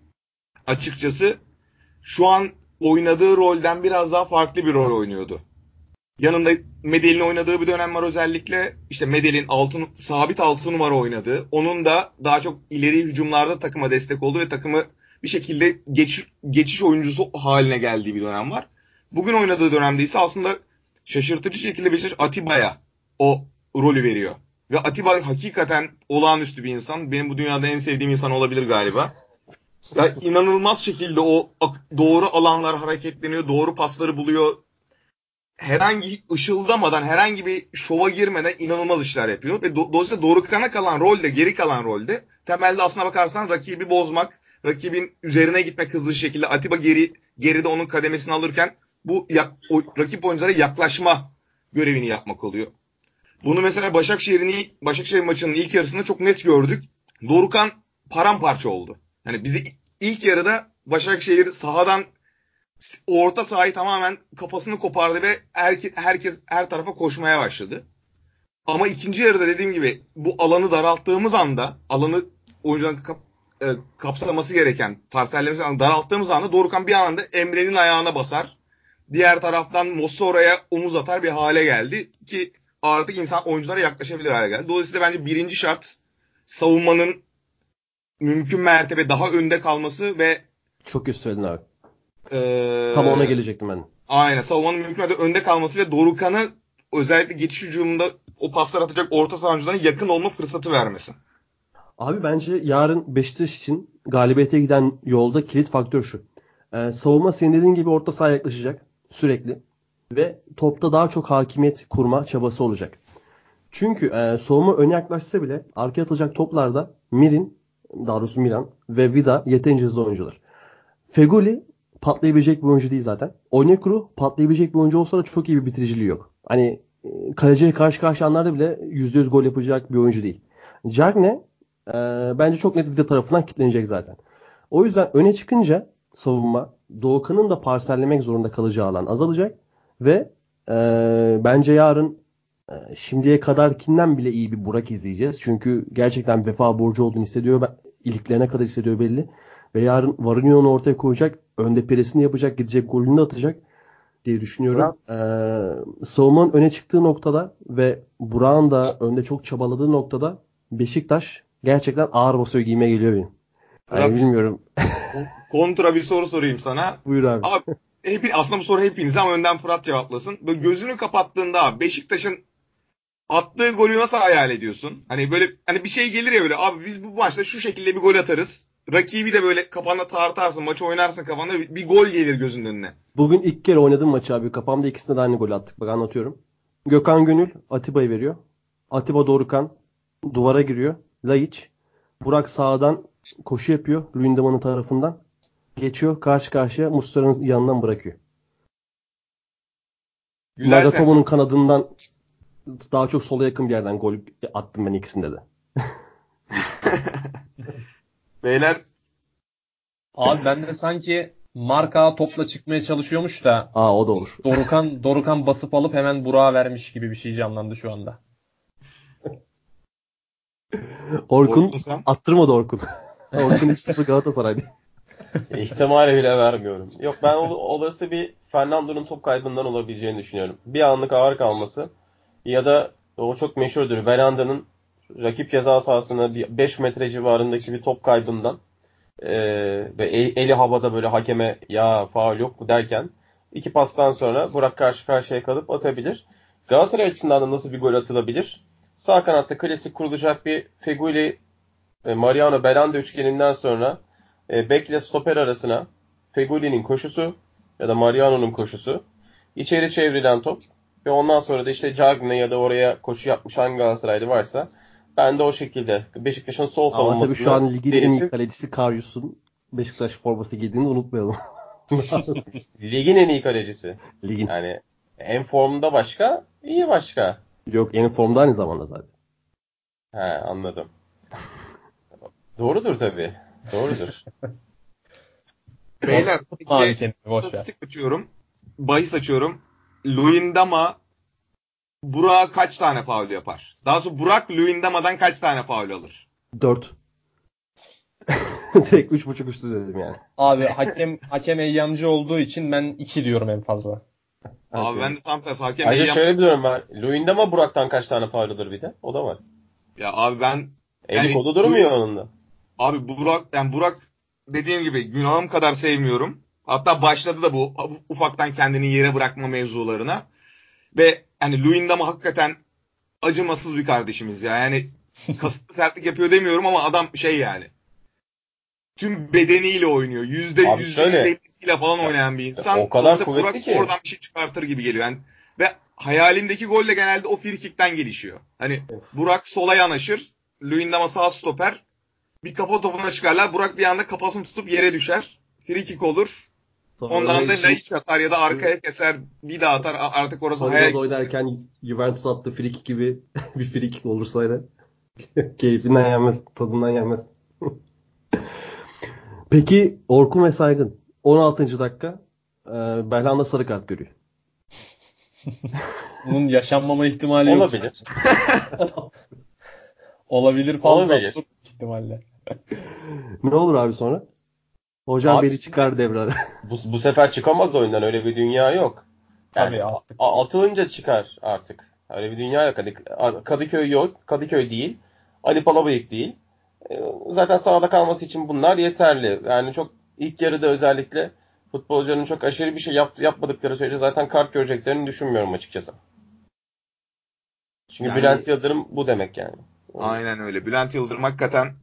açıkçası şu an oynadığı rolden biraz daha farklı bir rol oynuyordu. Yanında Medel'in oynadığı bir dönem var özellikle. İşte Medel'in sabit 6 numara oynadığı. Onun da daha çok ileri hücumlarda takıma destek olduğu ve takımı bir şekilde geçiş oyuncusu haline geldiği bir dönem var. Bugün oynadığı dönemde ise aslında şaşırtıcı şekilde Beşiktaş Atiba'ya o rolü veriyor. Ve Atiba hakikaten olağanüstü bir insan. Benim bu dünyada en sevdiğim insan olabilir galiba. Ya inanılmaz şekilde o doğru alanlar hareketleniyor, doğru pasları buluyor. Herhangi ışıldamadan, herhangi bir şova girmeden inanılmaz işler yapıyor. Ve dolayısıyla Dorukhan'a kalan rolde, geri kalan rolde temelde aslına bakarsan rakibi bozmak, rakibin üzerine gitmek hızlı şekilde Atiba geride onun kademesini alırken rakip oyunculara yaklaşma görevini yapmak oluyor. Bunu mesela Başakşehir maçının ilk yarısında çok net gördük. Dorukhan paramparça oldu. Yani bizi ilk yarıda Başakşehir sahadan orta sahayı tamamen kafasını kopardı ve herkes her tarafa koşmaya başladı. Ama ikinci yarıda dediğim gibi bu alanı daralttığımız anda, alanı oyuncuların kapsaması gereken parsellemesi daralttığımız anda Dorukhan bir anda Emre'nin ayağına basar. Diğer taraftan Mossora'ya omuz atar bir hale geldi ki artık oyunculara yaklaşabilir hale geldi. Dolayısıyla bence birinci şart savunmanın mümkün mertebe daha önde kalması ve çok iyi söyledin abi. Tam ona gelecektim ben. Aynen. Savunmanın mümkün mertebe önde kalması ve Dorukhan'ı özellikle geçiş hücumunda o paslar atacak orta saha oyuncularına yakın olma fırsatı vermesi. Abi bence yarın Beşiktaş için galibiyete giden yolda kilit faktör şu. Savunma senin dediğin gibi orta sahaya yaklaşacak sürekli. Ve topta daha çok hakimiyet kurma çabası olacak. Çünkü savunma öne yaklaşsa bile arkaya atılacak toplarda daha doğrusu Milan ve Vida yeterince hızlı oyuncular. Feguli patlayabilecek bir oyuncu değil zaten. Onyekuru patlayabilecek bir oyuncu olsa da çok iyi bir bitiriciliği yok. Hani kaleciye karşı karşı anlarda bile %100 gol yapacak bir oyuncu değil. Cagne bence çok net Vida tarafından kilitlenecek zaten. O yüzden öne çıkınca savunma Doğukan'ın da parsellemek zorunda kalacağı alan azalacak ve bence yarın şimdiye kadarkinden bile iyi bir Burak izleyeceğiz. Çünkü gerçekten vefa borcu olduğunu hissediyor. İliklerine kadar hissediyor belli. Ve yarın Varunyo'nu ortaya koyacak. Önde presini yapacak. Gidecek golünü de atacak diye düşünüyorum. Savunmanın öne çıktığı noktada ve Burak'ın da önde çok çabaladığı noktada Beşiktaş gerçekten ağır basıyor giyime geliyor benim. Yani bilmiyorum. Kontra bir soru sorayım sana. Buyur abi. Aslında bu soru hepinize ama önden Fırat cevaplasın. Böyle gözünü kapattığında Beşiktaş'ın attığı golü nasıl hayal ediyorsun? Hani böyle bir şey gelir ya böyle abi biz bu maçta şu şekilde bir gol atarız. Rakibi de böyle kafanda tartarsın, maçı oynarsın kafanda bir gol gelir gözünün önüne. Bugün ilk kere oynadım maçı abi. Kafamda ikisinde de aynı gol attık. Bak anlatıyorum. Gökhan Gönül Atiba'yı veriyor. Atiba Dorukhan duvara giriyor. Laiç. Burak sağdan koşu yapıyor. Luyendama'nın tarafından. Geçiyor. Karşı karşıya Muslera'nın yanından bırakıyor. Nagatomo'nun kanadından daha çok sola yakın bir yerden gol attım ben ikisinde de. Beyler. Abi ben de sanki marka topla çıkmaya çalışıyormuş da. O da olur. Dorukhan basıp alıp hemen Burak'a vermiş gibi bir şey canlandı şu anda. Orkun attırmadı Orkun. Orkun 3-0 Galatasaray'dı. İhtimali bile vermiyorum. Yok ben olası bir Fernando'nun top kaybından olabileceğini düşünüyorum. Bir anlık ağır kalması ya da o çok meşhurdur. Veranda'nın rakip ceza sahasına 5 metre civarındaki bir top kaybından ve eli havada böyle hakeme ya faul yok mu derken 2 pastan sonra Burak karşı karşıya kalıp atabilir. Galatasaray açısından da nasıl bir gol atılabilir? Sağ kanatta klasik kurulacak bir Feguli Mariano Belanda üçgeninden sonra bekle stoper arasına Feguli'nin koşusu ya da Mariano'nun koşusu, içeri çevrilen top ve ondan sonra da işte Cagne ya da oraya koşu yapmış hangi Galatasaraylı varsa ben de o şekilde Beşiktaş'ın sol savunmasını... Ama tabii şu an ligin en iyi kalecisi Karius'un Beşiktaş forması giydiğini unutmayalım. Ligin en iyi kalecisi. Ligin. Yani en formda başka, iyi başka. Yok, en formda aynı zamanda zaten. He, anladım. Doğrudur tabii. Doğrudur. Beyler Mavi peki kendini boş ver. statistik açıyorum. Bahis açıyorum. Luyendama Burak'a kaç tane faul yapar? Daha sonra Burak Luyendama'dan kaç tane faul alır? 4. Direkt 3.5 üstü dedim yani. Abi hakem eyyamcı olduğu için ben 2 diyorum en fazla. Abi ben de tam tersi hakem Ayrıca eyyam. şöyle bir durum var. Luyendama Burak'tan kaç tane faul alır bir de? O da var. Ya abi ben Eli yani kodu durmuyor onun da. abi Burak dediğim gibi günahım kadar sevmiyorum. Hatta başladı da bu ufaktan kendini yere bırakma mevzularına. Ve hani Luyendama hakikaten acımasız bir kardeşimiz ya. Yani kasıtlı sertlik yapıyor demiyorum ama adam şey yani. Tüm bedeniyle oynuyor. Abi şöyle, %150'siyle falan oynayan bir insan. o kadar Dolayısıyla kuvvetli Burak ki. oradan bir şey çıkartır gibi geliyor. Yani, ve hayalimdeki gol de genelde o free kick'ten gelişiyor. Hani Burak sola yanaşır. Luyendama sağ stoper. Bir kafa topuna çıkarlar. Burak bir anda kafasını tutup yere düşer. Free kick olur. Ondan da Laiç atar ya da arkaya keser. Bir daha atar. Artık orası hayal. Torino'da oynarken Juventus attı frikik gibi bir frikik olursaydı keyfinden yenmez, tadından yenmez. Peki Orkun ve Saygın 16. dakika Belhanda sarı kart görüyor. Bunun yaşanmama ihtimali yok. Olabilir. Olabilir fazla. Olabilir. Olur ihtimalle. Ne olur abi sonra? Hocam Abi beni çıkar devre. bu sefer çıkamaz oyundan. Öyle bir dünya yok. Yani Tabii artık. atılınca çıkar artık. Öyle bir dünya yok. Hani Kadıköy yok. Kadıköy değil. Ali Palabıyık değil. Zaten sahada kalması için bunlar yeterli. Yani çok ilk yarıda özellikle futbolcuların çok aşırı bir şey yapmadıkları sürece zaten kart göreceklerini düşünmüyorum açıkçası. Çünkü Yani Bülent Yıldırım bu demek yani. aynen öyle. Bülent Yıldırım hakikaten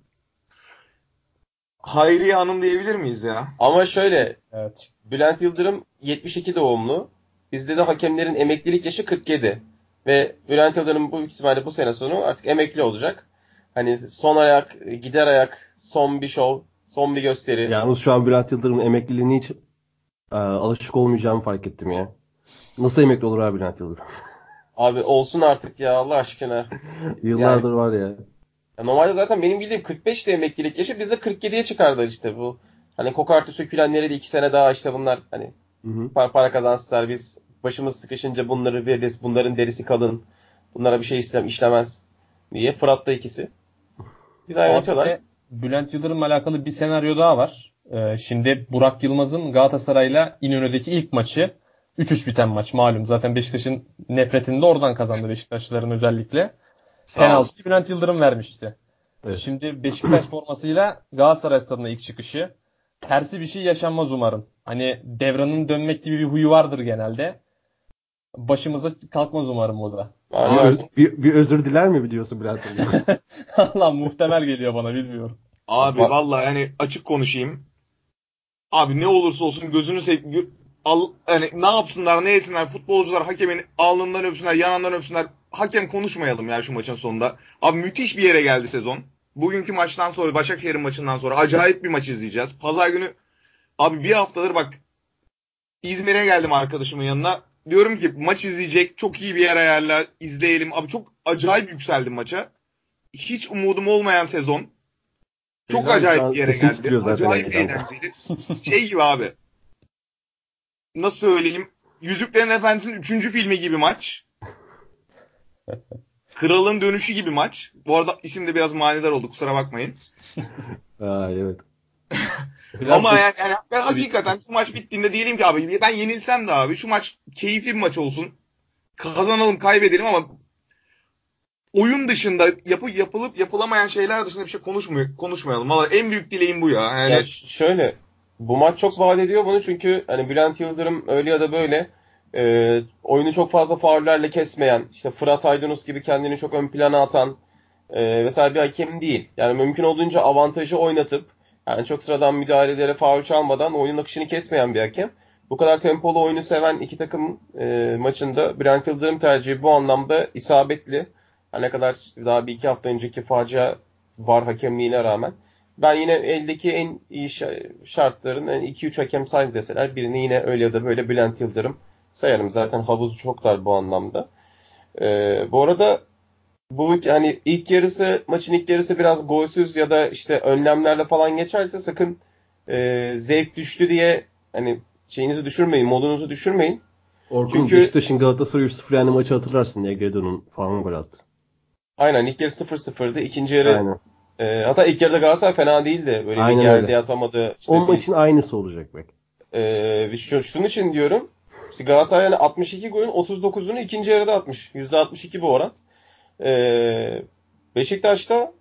Hayriye Hanım diyebilir miyiz ya? Ama şöyle, Evet. Bülent Yıldırım 72 doğumlu. Bizde de hakemlerin emeklilik yaşı 47. Ve Bülent Yıldırım bu ihtimalle bu sene sonu artık emekli olacak. Hani son ayak, gider ayak, son bir şov, son bir gösteri. Yalnız şu an Bülent Yıldırım'ın emekliliğine hiç alışık olmayacağımı fark ettim ya. Nasıl emekli olur abi Bülent Yıldırım? Abi olsun artık ya Allah aşkına. Yani Yıllardır var ya. normalde zaten benim bildiğim 45 de emeklilik yaşı, bizde 47'ye çıkardılar işte bu. Hani kokartı sökülenleri de 2 sene daha işte bunlar hani Hı hı. para kazansınlar, biz başımız sıkışınca bunları veririz, bunların derisi kalın, bunlara bir şey işlemez diye Fırat'ta ikisi. Güzel Abi yönetiyorlar. de Bülent Yıldırım'la alakalı bir senaryo daha var. Şimdi Burak Yılmaz'ın Galatasaray'la İnönü'deki ilk maçı 3-3 biten maç malum. Zaten Beşiktaş'ın nefretini de oradan kazandı Beşiktaşlıların özellikle. Sağ olsun. Penaltıyı Bülent Yıldırım vermişti. Evet. Şimdi Beşiktaş formasıyla Galatasaray stadına ilk çıkışı. Tersi bir şey yaşanmaz umarım. Hani devranın dönmek gibi bir huyu vardır genelde. Başımıza kalkmaz umarım o da. Bir, Abi, bir özür diler mi biliyorsun Bülent Yıldırım? Allah muhtemel geliyor bana bilmiyorum. Abi vallahi yani açık konuşayım. Abi ne olursa olsun gözünü hani ne yapsınlar ne etsinler futbolcular hakemin alnından öpsünler yanından öpsünler. Hakem konuşmayalım ya şu maçın sonunda. Abi müthiş bir yere geldi sezon. Bugünkü maçtan sonra Başakşehir'in maçından sonra acayip bir maç izleyeceğiz. Pazar günü abi bir haftadır bak İzmir'e geldim arkadaşımın yanına. Diyorum ki maç izleyecek çok iyi bir yer ayarla izleyelim. Abi çok acayip yükseldim maça. Hiç umudum olmayan sezon. Çok Abi şu acayip an bir yere sesin geldi. titriyor zaten Acayip heyecandan. eğlenceli. Şey gibi abi. Nasıl söyleyeyim? Yüzüklerin Efendisi'nin 3. filmi gibi maç. Kralın Dönüşü gibi maç. Bu arada isim de biraz manidar oldu kusura bakmayın. Evet. Biraz Ama yani, Beşiktaş ben hakikaten şu maç bittiğinde diyelim ki abi ben yenilsem de abi şu maç keyifli bir maç olsun. Kazanalım kaybedelim ama oyun dışında yapılıp yapılamayan şeyler dışında bir şey konuşmayalım. Valla en büyük dileğim bu ya. ya Yani şöyle, bu maç çok vaat ediyor bunu çünkü hani Bülent Yıldırım öyle ya da böyle oyunu çok fazla faullerle kesmeyen, işte Fırat Aydınus gibi kendini çok ön plana atan vesaire bir hakem değil. Yani mümkün olduğunca avantajı oynatıp yani çok sıradan müdahalelere faul çalmadan oyunun akışını kesmeyen bir hakem. Bu kadar tempolu oyunu seven iki takım maçında Bülent Yıldırım tercihi bu anlamda isabetli. Her ne kadar işte daha bir iki hafta önceki facia VAR hakemliğine rağmen. Ben yine eldeki en iyi şartların yani 2-3 hakem say deseler birini yine öyle ya da böyle Bülent Yıldırım sayarım. Zaten havuzu çok dar bu anlamda. Bu arada bu hani maçın ilk yarısı biraz golsüz ya da işte önlemlerle falan geçerse sakın zevk düştü diye hani şeyinizi düşürmeyin, modunuzu düşürmeyin. Orkun, Çünkü Beşiktaş'ın Galatasaray 3-0 yani maçı hatırlarsın diye Gedon'un falan gol attı. aynen ilk yarı 0-0'dı. İkinci yarı Aynen. hatta ilk yarıda Galatasaray fena değildi. Böyle bir Aynen öyle. geldi atamadı. O İşte maçın aynısı olacak bak. şunun için diyorum. İşte Galatasaray yani 62 golün 39'unu ikinci yarıda atmış. %62 bu oran. Ee, Beşiktaş'ta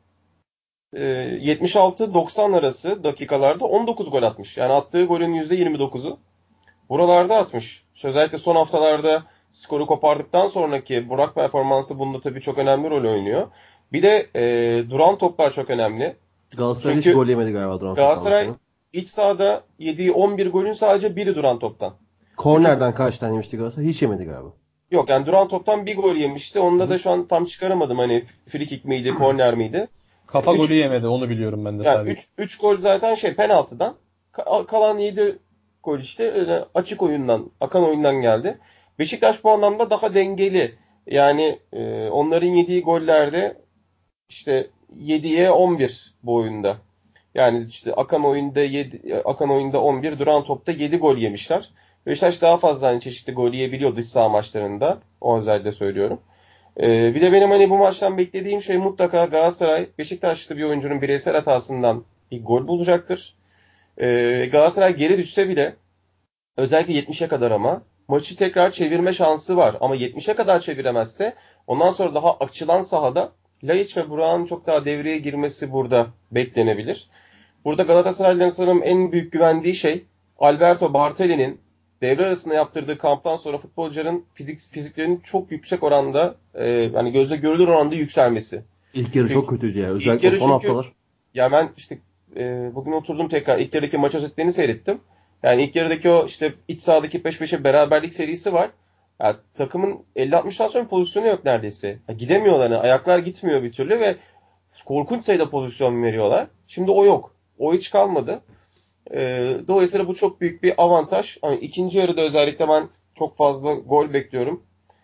76-90 arası dakikalarda 19 gol atmış. Yani attığı golün %29'u buralarda atmış. Özellikle son haftalarda skoru kopardıktan sonraki Burak performansı bunda tabii çok önemli rol oynuyor. Bir de duran toplar çok önemli. Galatasaray hiç Çünkü gol yemedi galiba duran toptan bu Galatasaray sene. iç sahada yediği 11 golün sadece biri duran toptan. Kornerden kaç tane yemişti Galatasaray? Hiç yemedi galiba. Yok yani duran toptan bir gol yemişti. Onda Hı-hı. da şu an tam çıkaramadım hani free kick miydi, korner miydi? Kafa 3 golü yemedi, onu biliyorum ben de yani sadece. 3 gol zaten penaltıdan. Kalan 7 gol işte öyle açık oyundan, akan oyundan geldi. Beşiktaş bu anlamda daha dengeli. Yani onların yediği gollerde işte 7'ye 11 bu oyunda. Yani işte akan oyunda 11, duran topta 7 gol yemişler. Beşiktaş daha fazla hani çeşitli gol yiyebiliyor dış saha maçlarında. O özellikle söylüyorum. Bir de benim hani bu maçtan beklediğim şey mutlaka Galatasaray Beşiktaşlı bir oyuncunun bireysel hatasından bir gol bulacaktır. Galatasaray geri düşse bile özellikle 70'e kadar ama maçı tekrar çevirme şansı var. Ama 70'e kadar çeviremezse ondan sonra daha açılan sahada Laiç ve Burak'ın çok daha devreye girmesi burada beklenebilir. Burada Galatasaray'ın sanırım en büyük güvendiği şey Alberto Bartelli'nin devre arasında yaptırdığı kamptan sonra futbolcuların fiziklerinin çok yüksek oranda hani gözle görülür oranda yükselmesi. İlk yarı Çünkü çok kötüydü ya. ilk Özellikle o yarı son çünkü haftalar. ya ben işte bugün oturdum tekrar ilk yarıdaki maç özetlerini seyrettim. Yani ilk yarıdaki o işte iç sahadaki peş peşe beraberlik serisi var. Ya, takımın 50-60'tan sonra pozisyonu yok neredeyse. Ya, gidemiyorlar. Yani, ayaklar gitmiyor bir türlü ve korkunç sayıda pozisyon veriyorlar. Şimdi o yok. O hiç kalmadı. Dolayısıyla bu çok büyük bir avantaj. Ama ikinci yarıda özellikle ben çok fazla gol bekliyorum.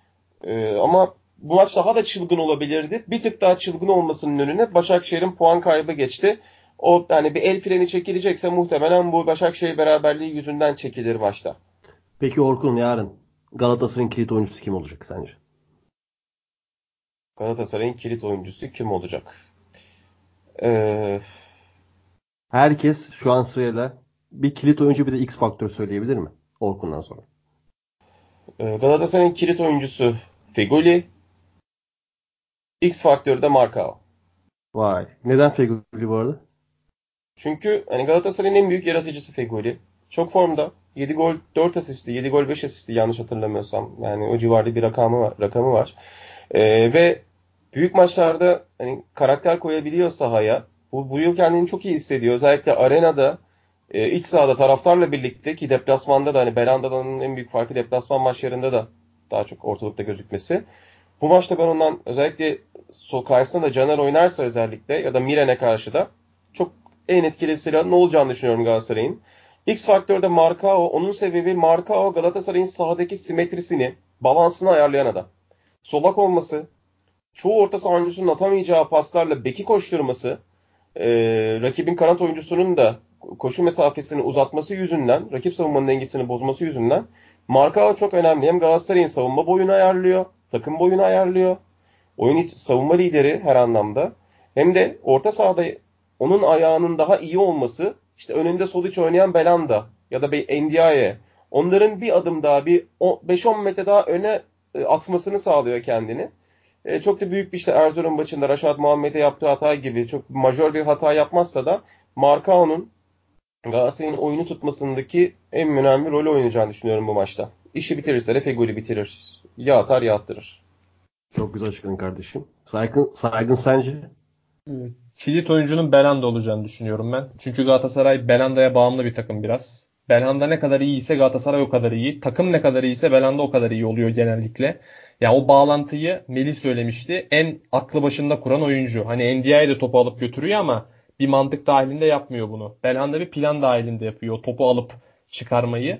Ama bu maç daha da çılgın olabilirdi. Bir tık daha çılgın olmasının önüne Başakşehir'in puan kaybı geçti. O yani bir el freni çekilecekse muhtemelen bu Başakşehir beraberliği yüzünden çekilir maçta. Peki Orkun, yarın Galatasaray'ın kilit oyuncusu kim olacak sence? Galatasaray'ın kilit oyuncusu kim olacak? Ee, Herkes şu an sırayla bir kilit oyuncu bir de X faktör söyleyebilir mi? Orkun'dan sonra. Galatasaray'ın kilit oyuncusu Fegoli, X faktörü de Marcao. Vay. Neden Feguli bu arada? Çünkü hani Galatasaray'ın en büyük yaratıcısı Fegoli. Çok formda. 7 gol 4 asisti, 7 gol 5 asisti yanlış hatırlamıyorsam. Yani o civarda bir rakamı var. Ve büyük maçlarda hani karakter koyabiliyor sahaya. Bu yıl kendini çok iyi hissediyor. Özellikle arenada, iç sahada taraftarla birlikte ki deplasmanda da hani Belanda'nın en büyük farkı deplasman maçlarında da daha çok ortalıkta gözükmesi. Bu maçta ben ondan özellikle sol karşısında da Caner oynarsa özellikle ya da Miren'e karşı da çok en etkili silahın ne olacağını düşünüyorum Galatasaray'ın. X faktörde Marcao. Onun sebebi Marcao Galatasaray'ın sahadaki simetrisini, balansını ayarlayan adam. Solak olması, çoğu orta saha oyuncusunun atamayacağı paslarla beki koşturması, rakibin kanat oyuncusunun da koşu mesafesini uzatması yüzünden, rakip savunmanın dengesini bozması yüzünden Marcao çok önemli. Hem Galatasaray'ın savunma boyunu ayarlıyor, takım boyunu ayarlıyor. Oyun savunma lideri her anlamda. Hem de orta sahada onun ayağının daha iyi olması, işte önünde sol iç oynayan Belanda ya da bir Ndiaye. Onların bir adım daha, bir 5-10 metre daha öne atmasını sağlıyor kendini. Çok da büyük bir işte Erzurum maçında Raşad Muhammed'e yaptığı hata gibi çok majör bir hata yapmazsa da Marcao'nun Galatasaray'ın oyunu tutmasındaki en önemli rolü oynayacağını düşünüyorum bu maçta. İşi bitirirse de Fegoli bitirir. Ya atar ya attırır. Çok güzel açıkladın kardeşim. Saygın sence? Kilit oyuncunun Belhanda olacağını düşünüyorum ben. Çünkü Galatasaray Belhanda'ya bağımlı bir takım biraz. Belhanda ne kadar iyi ise Galatasaray o kadar iyi. Takım ne kadar iyiyse Belhanda o kadar iyi oluyor genellikle. Ya o bağlantıyı Melih söylemişti. En aklı başında kuran oyuncu. Hani NDI'ye de topu alıp götürüyor ama bir mantık dahilinde yapmıyor bunu. Belhanda bir plan dahilinde yapıyor. O topu alıp çıkarmayı.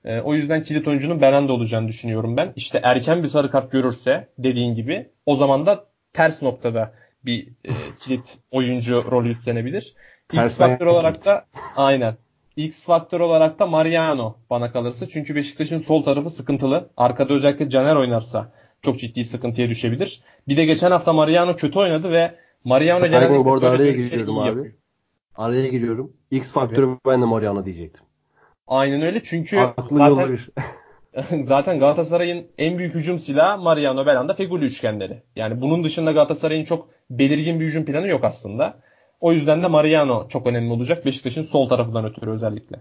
O yüzden kilit oyuncunun Belhanda olacağını düşünüyorum ben. İşte erken bir sarı kart görürse dediğin gibi o zaman da ters noktada bir kilit oyuncu rolü üstlenebilir. X Tersten faktör olarak kilit. da aynen. X faktör olarak da Mariano bana kalırsa. Çünkü Beşiktaş'ın sol tarafı sıkıntılı. Arkada özellikle Caner oynarsa çok ciddi sıkıntıya düşebilir. Bir de geçen hafta Mariano kötü oynadı ve Mariano Saygın bu genellikle arada böyle araya dönüşleri giriyorum iyi abi. yapıyor. Araya giriyorum. X Tabii. faktörü ben de Mariano diyecektim. Aynen öyle çünkü Aklın yolda zaten bir. zaten Galatasaray'ın en büyük hücum silahı Mariano, Belhanda, Feguli üçgenleri. Yani bunun dışında Galatasaray'ın çok belirgin bir hücum planı yok aslında. O yüzden de Mariano çok önemli olacak Beşiktaş'ın sol tarafından ötürü özellikle.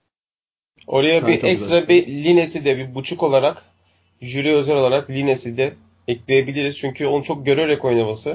Oraya Sen bir çok güzel ekstra açıkladın. bir Lines'i de bir buçuk olarak jüri özel olarak Lines'i de ekleyebiliriz. Çünkü onu çok görerek oynaması.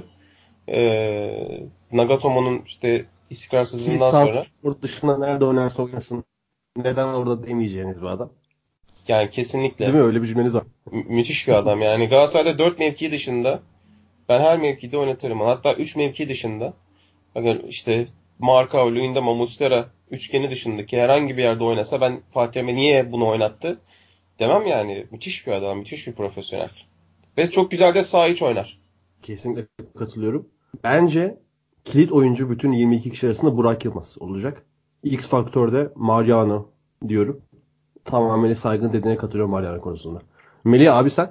Nagatomo'nun işte Ki istikrarsızlığından sonra Santrfor dışında nerede oynarsa oynasın. Neden orada demeyeceğiniz bir adam. yani Değil kesinlikle mi? Öyle bir cümleniz var. müthiş bir adam. Yani Galatasaray'da 4 mevki dışında ben her mevkide oynatırım. Hatta 3 mevki dışında bakın işte Marka, Luyendama, Muslera üçgeni dışındaki herhangi bir yerde oynasa ben Fatih Terim'e niye bunu oynattı demem yani. Müthiş bir adam, müthiş bir profesyonel. Ve çok güzel de saha iç oynar. Kesinlikle katılıyorum. Bence kilit oyuncu bütün 22 kişi arasında Burak Yılmaz olacak. X faktörde Mariano diyorum. Tamamen Saygın dediğine katılıyorum Mariano konusunda. Melih abi sen?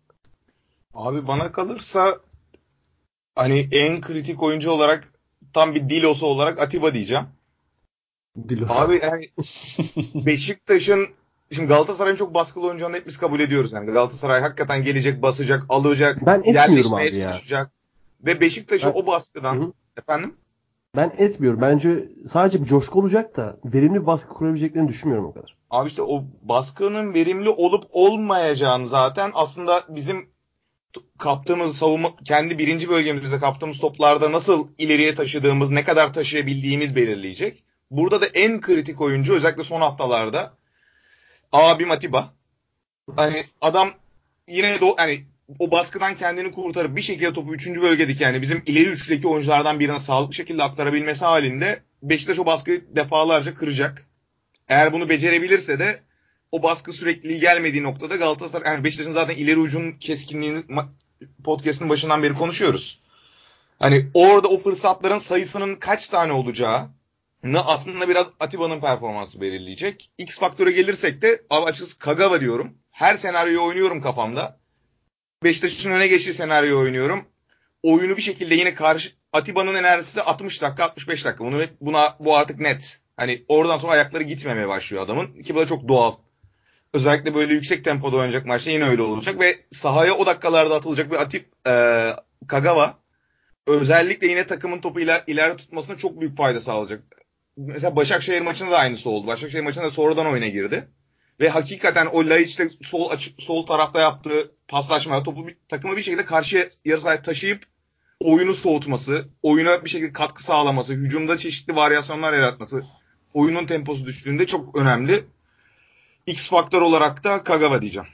Abi bana kalırsa hani en kritik oyuncu olarak tam bir Dilos'u olarak Atiba diyeceğim. Dilos. Abi yani Beşiktaş'ın şimdi Galatasaray'ın çok baskılı oyuncağını hep biz kabul ediyoruz. Yani Galatasaray hakikaten gelecek, basacak, alacak, Ben etmiyorum yerleşmeye abi ya. çalışacak. Ve Beşiktaş'ı Ben, o Hı baskıdan hı. efendim Ben etmiyorum. Bence sadece bir coşku olacak da verimli bir baskı kurabileceklerini düşünmüyorum o kadar. abi işte o baskının verimli olup olmayacağını zaten aslında bizim kaptığımız savunma kendi birinci bölgemizde kaptığımız toplarda nasıl ileriye taşıdığımız, ne kadar taşıyabildiğimiz belirleyecek. Burada da en kritik oyuncu özellikle son haftalarda abim Atiba. Hani adam yine de hani o baskıdan kendini kurtarıp bir şekilde topu 3. bölgedeki yani bizim ileri üçlüdeki oyunculardan birine sağlıklı şekilde aktarabilmesi halinde Beşiktaş o baskıyı defalarca kıracak. Eğer bunu becerebilirse de o baskı sürekliliği gelmediği noktada Galatasaray yani Beşiktaş'ın zaten ileri ucun keskinliğini podcast'ın başından beri konuşuyoruz. Hani orada o fırsatların sayısının kaç tane olacağı aslında biraz Atiba'nın performansı belirleyecek. X faktöre gelirsek de abi açıkçası Kagawa diyorum. Her senaryoyu oynuyorum kafamda. Beşiktaş'ın öne geçtiği senaryoyu oynuyorum. Oyunu bir şekilde yine karşı Atiba'nın enerjisi 60 dakika 65 dakika. Bu artık net. Hani oradan sonra ayakları gitmemeye başlıyor adamın. Ki bu da çok doğal. Özellikle böyle yüksek tempoda oynayacak maçta yine öyle olacak ve sahaya o dakikalarda atılacak bir Kagawa özellikle yine takımın topu ileride tutmasına çok büyük fayda sağlayacak. Mesela Başakşehir maçında da aynısı oldu. Başakşehir maçında da sonradan oyuna girdi. Ve hakikaten o Laiç'le sol tarafta yaptığı paslaşma takımı bir şekilde karşıya yarı sahaya taşıyıp oyunu soğutması, oyuna bir şekilde katkı sağlaması, hücumda çeşitli varyasyonlar yaratması, oyunun temposu düştüğünde çok önemli. X faktör olarak da Kagawa diyeceğim.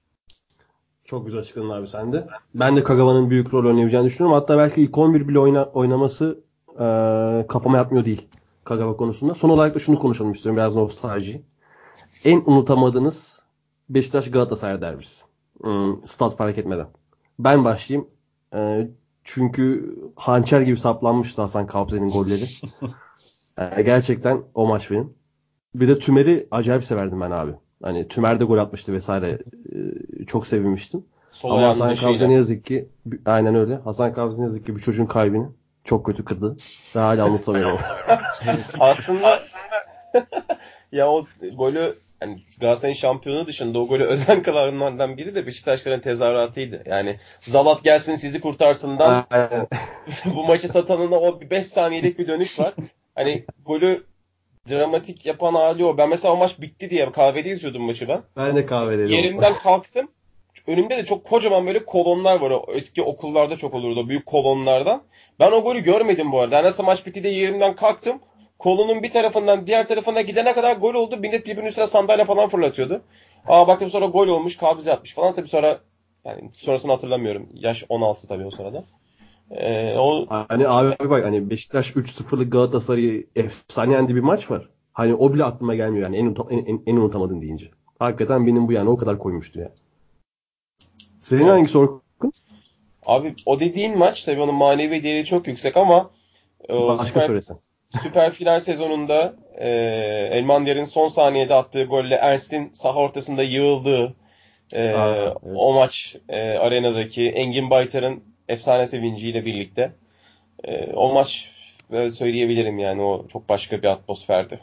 Çok güzel açıkladın abi sen de. Ben de Kagawa'nın büyük rol oynayabileceğini düşünüyorum. Hatta belki ilk 11 bile oynaması kafama yatmıyor değil Kagawa konusunda. Son olarak da şunu konuşalım istiyorum. Biraz nostalji. En unutamadığınız Beşiktaş Galatasaray derbisi. Stat fark etmeden. Ben başlayayım. Çünkü hançer gibi saplanmıştı Hasan Kabze'nin golleri. Gerçekten o maç benim. Bir de Tümer'i acayip severdim ben abi. Hani Tümer de gol atmıştı vesaire. Çok sevinmiştim. Sol Ama ayağının Hasan Kabze ne dışıyla. yazık ki aynen öyle. Hasan Kabze ne yazık ki bu çocuğun kalbini çok kötü kırdı. Ve hala unutamıyorum. Aslında ya o golü hani Galatasaray'ın şampiyonu dışında o golü özen kılanlardan biri de Beşiktaşların tezahüratıydı. Yani Zalat gelsin sizi kurtarsından Aynen. bu maçı satanına o 5 saniyelik bir dönüş var. Hani golü dramatik yapan hali o. Ben mesela o maç bitti diye kahvede izliyordum maçı ben. Ben de kahvedeydim. Yerimden kalktım. Önümde de çok kocaman böyle kolonlar var. O eski okullarda çok olurdu o büyük kolonlardan. Ben o golü görmedim bu arada. Nasıl maç bitti de yerimden kalktım. Kolonun bir tarafından diğer tarafına gidene kadar gol oldu. Millet birbirinin üstüne sandalye falan fırlatıyordu. Baktım sonra gol olmuş, kabze atmış falan. Tabii sonra yani sonrasını hatırlamıyorum. Yaş 16 tabii o sırada. O Hani abi bak hani Beşiktaş 3-0'lık Galatasaray'ı efsane yendi bir maç var. Hani o bile aklıma gelmiyor yani en unutamadın deyince. Hakikaten benim bu yani o kadar koymuştu ya. Senin Evet. hangisi Orkun? Abi o dediğin maç tabii onun manevi değeri çok yüksek ama Başka söylesen. Süper final sezonunda Elmander'in son saniyede attığı golle Ernst'in saha ortasında yığıldığı Evet. o maç arenadaki Engin Baytar'ın efsane sevinciyle birlikte o maç söyleyebilirim yani o çok başka bir atmosferdi.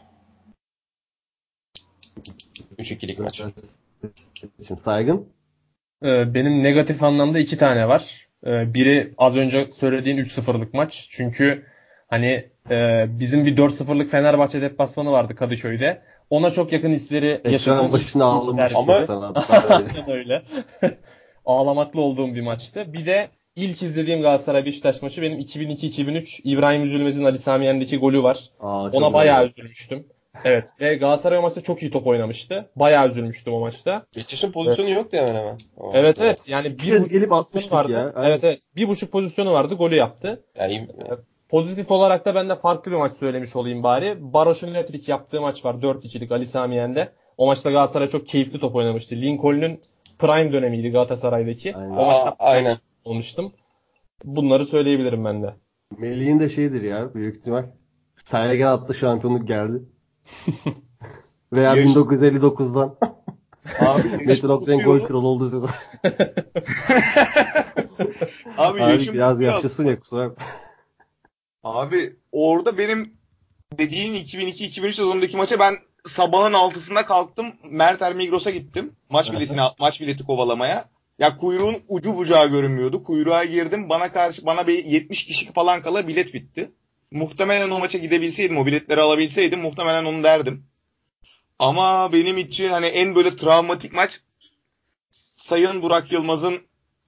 3-2'lik maç. Şimdi Saygın. Benim negatif anlamda 2 tane var. Biri az önce söylediğin 3-0'lık maç. Çünkü hani bizim bir 4-0'lık Fenerbahçe deplasmanı vardı Kadıköy'de. Ona çok yakın hisleri Ekran yaşadığım başına ilk ağlamışsın derbiydi. sen hatta. Aynen öyle. Ağlamaklı olduğum bir maçtı. Bir de ilk izlediğim Galatasaray Beşiktaş maçı benim 2002-2003 İbrahim Üzülmez'in Ali Sami Yen'deki golü var. Çok Ona güzel bayağı ya. üzülmüştüm. Evet ve Galatasaray o maçta çok iyi top oynamıştı. Bayağı üzülmüştüm o maçta. Beşiktaş'ın pozisyonu yoktu hemen hemen. O Evet maçta. evet yani Bir kez gelip pozisyonu atmıştık vardı. ya. Aynen. Evet evet 1,5 pozisyonu vardı golü yaptı. Yani Pozitif olarak da ben de farklı bir maç söylemiş olayım bari. Baroş'un hat-trick yaptığı maç var 4-2'lik Ali Sami Yen'de. O maçta Galatasaray çok keyifli top oynamıştı. Lincoln'un prime dönemiydi Galatasaray'daki. Aynen. O maçta aynen. olmuştum. Bunları söyleyebilirim ben de. Melih'in de şeydir ya büyük ihtimal. Sergen attı şampiyonluk geldi. Veya Yaş- 1959'dan Abi Metin yaşım Oktay'ın gol tutuyor. kralı olduğu sezon. Abi Abi yaşım biraz tutuyor yaşlısın aslında. ya kusura bakma. Abi orada benim dediğin 2002-2003 sezonundaki maça ben sabahın 6'sında kalktım. Merter Migros'a gittim. Maç bileti kovalamaya. Ya kuyruğun ucu bucağı görünmüyordu. Kuyruğa girdim. Bana bir 70 kişi falan kala bilet bitti. Muhtemelen o maça gidebilseydim, o biletleri alabilseydim muhtemelen onu derdim. Ama benim için hani en böyle travmatik maç Sayın Burak Yılmaz'ın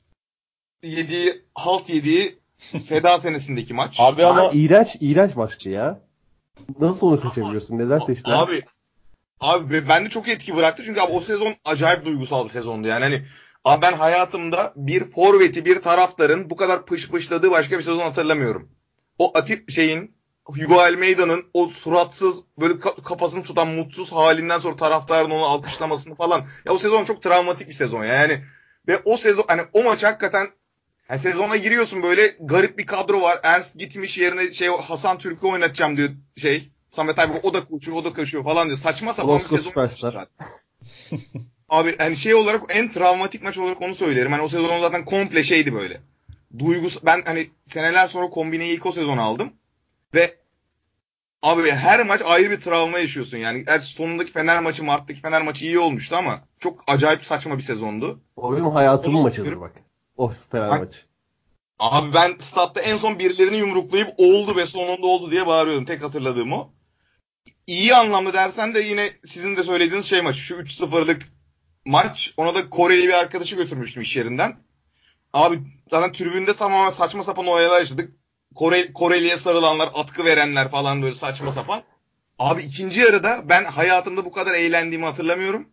halt yediği feda senesindeki maç. Abi ama iğrenç maçtı ya. Nasıl onu seçebiliyorsun? Neden seçtin? Abi bende çok etki bıraktı çünkü abi o sezon acayip duygusal bir sezondu yani abi ben hayatımda bir forveti bir taraftarın bu kadar pışpışladığı başka bir sezon hatırlamıyorum. O Atip Hugo Almeida'nın o suratsız böyle kafasını tutan mutsuz halinden sonra taraftarın onu alkışlamasını falan. Ya o sezon çok travmatik bir sezon yani. Ve o sezon hani o maç hakikaten yani sezona giriyorsun böyle garip bir kadro var. Ernst gitmiş yerine Hasan Türk'ü oynatacağım diyor Samet abi o da koşuyor falan diyor. Saçma sapan bir Klosko sezon süperstar. zaten. Abi hani olarak en travmatik maç olarak onu söylerim. Hani o sezon zaten komple böyle. Ben hani seneler sonra kombineyi ilk o sezon aldım. Ve abi her maç ayrı bir travma yaşıyorsun yani. Sonundaki Fener maçı, Mart'taki Fener maçı iyi olmuştu ama çok acayip saçma bir sezondu. O benim hayatımın Onu maçıdır söylüyorum. bak. O Fener maçı. Abi ben statta en son birilerini yumruklayıp oldu ve sonunda oldu diye bağırıyordum. Tek hatırladığım o. İyi anlamda dersen de yine sizin de söylediğiniz maçı. Şu 3-0'lık maç. Ona da Koreli bir arkadaşı götürmüştüm iş yerinden. Abi zaten tribünde tamamen saçma sapan olaylar yaşadık. Koreli'ye sarılanlar, atkı verenler falan böyle saçma sapan. Abi ikinci yarıda ben hayatımda bu kadar eğlendiğimi hatırlamıyorum.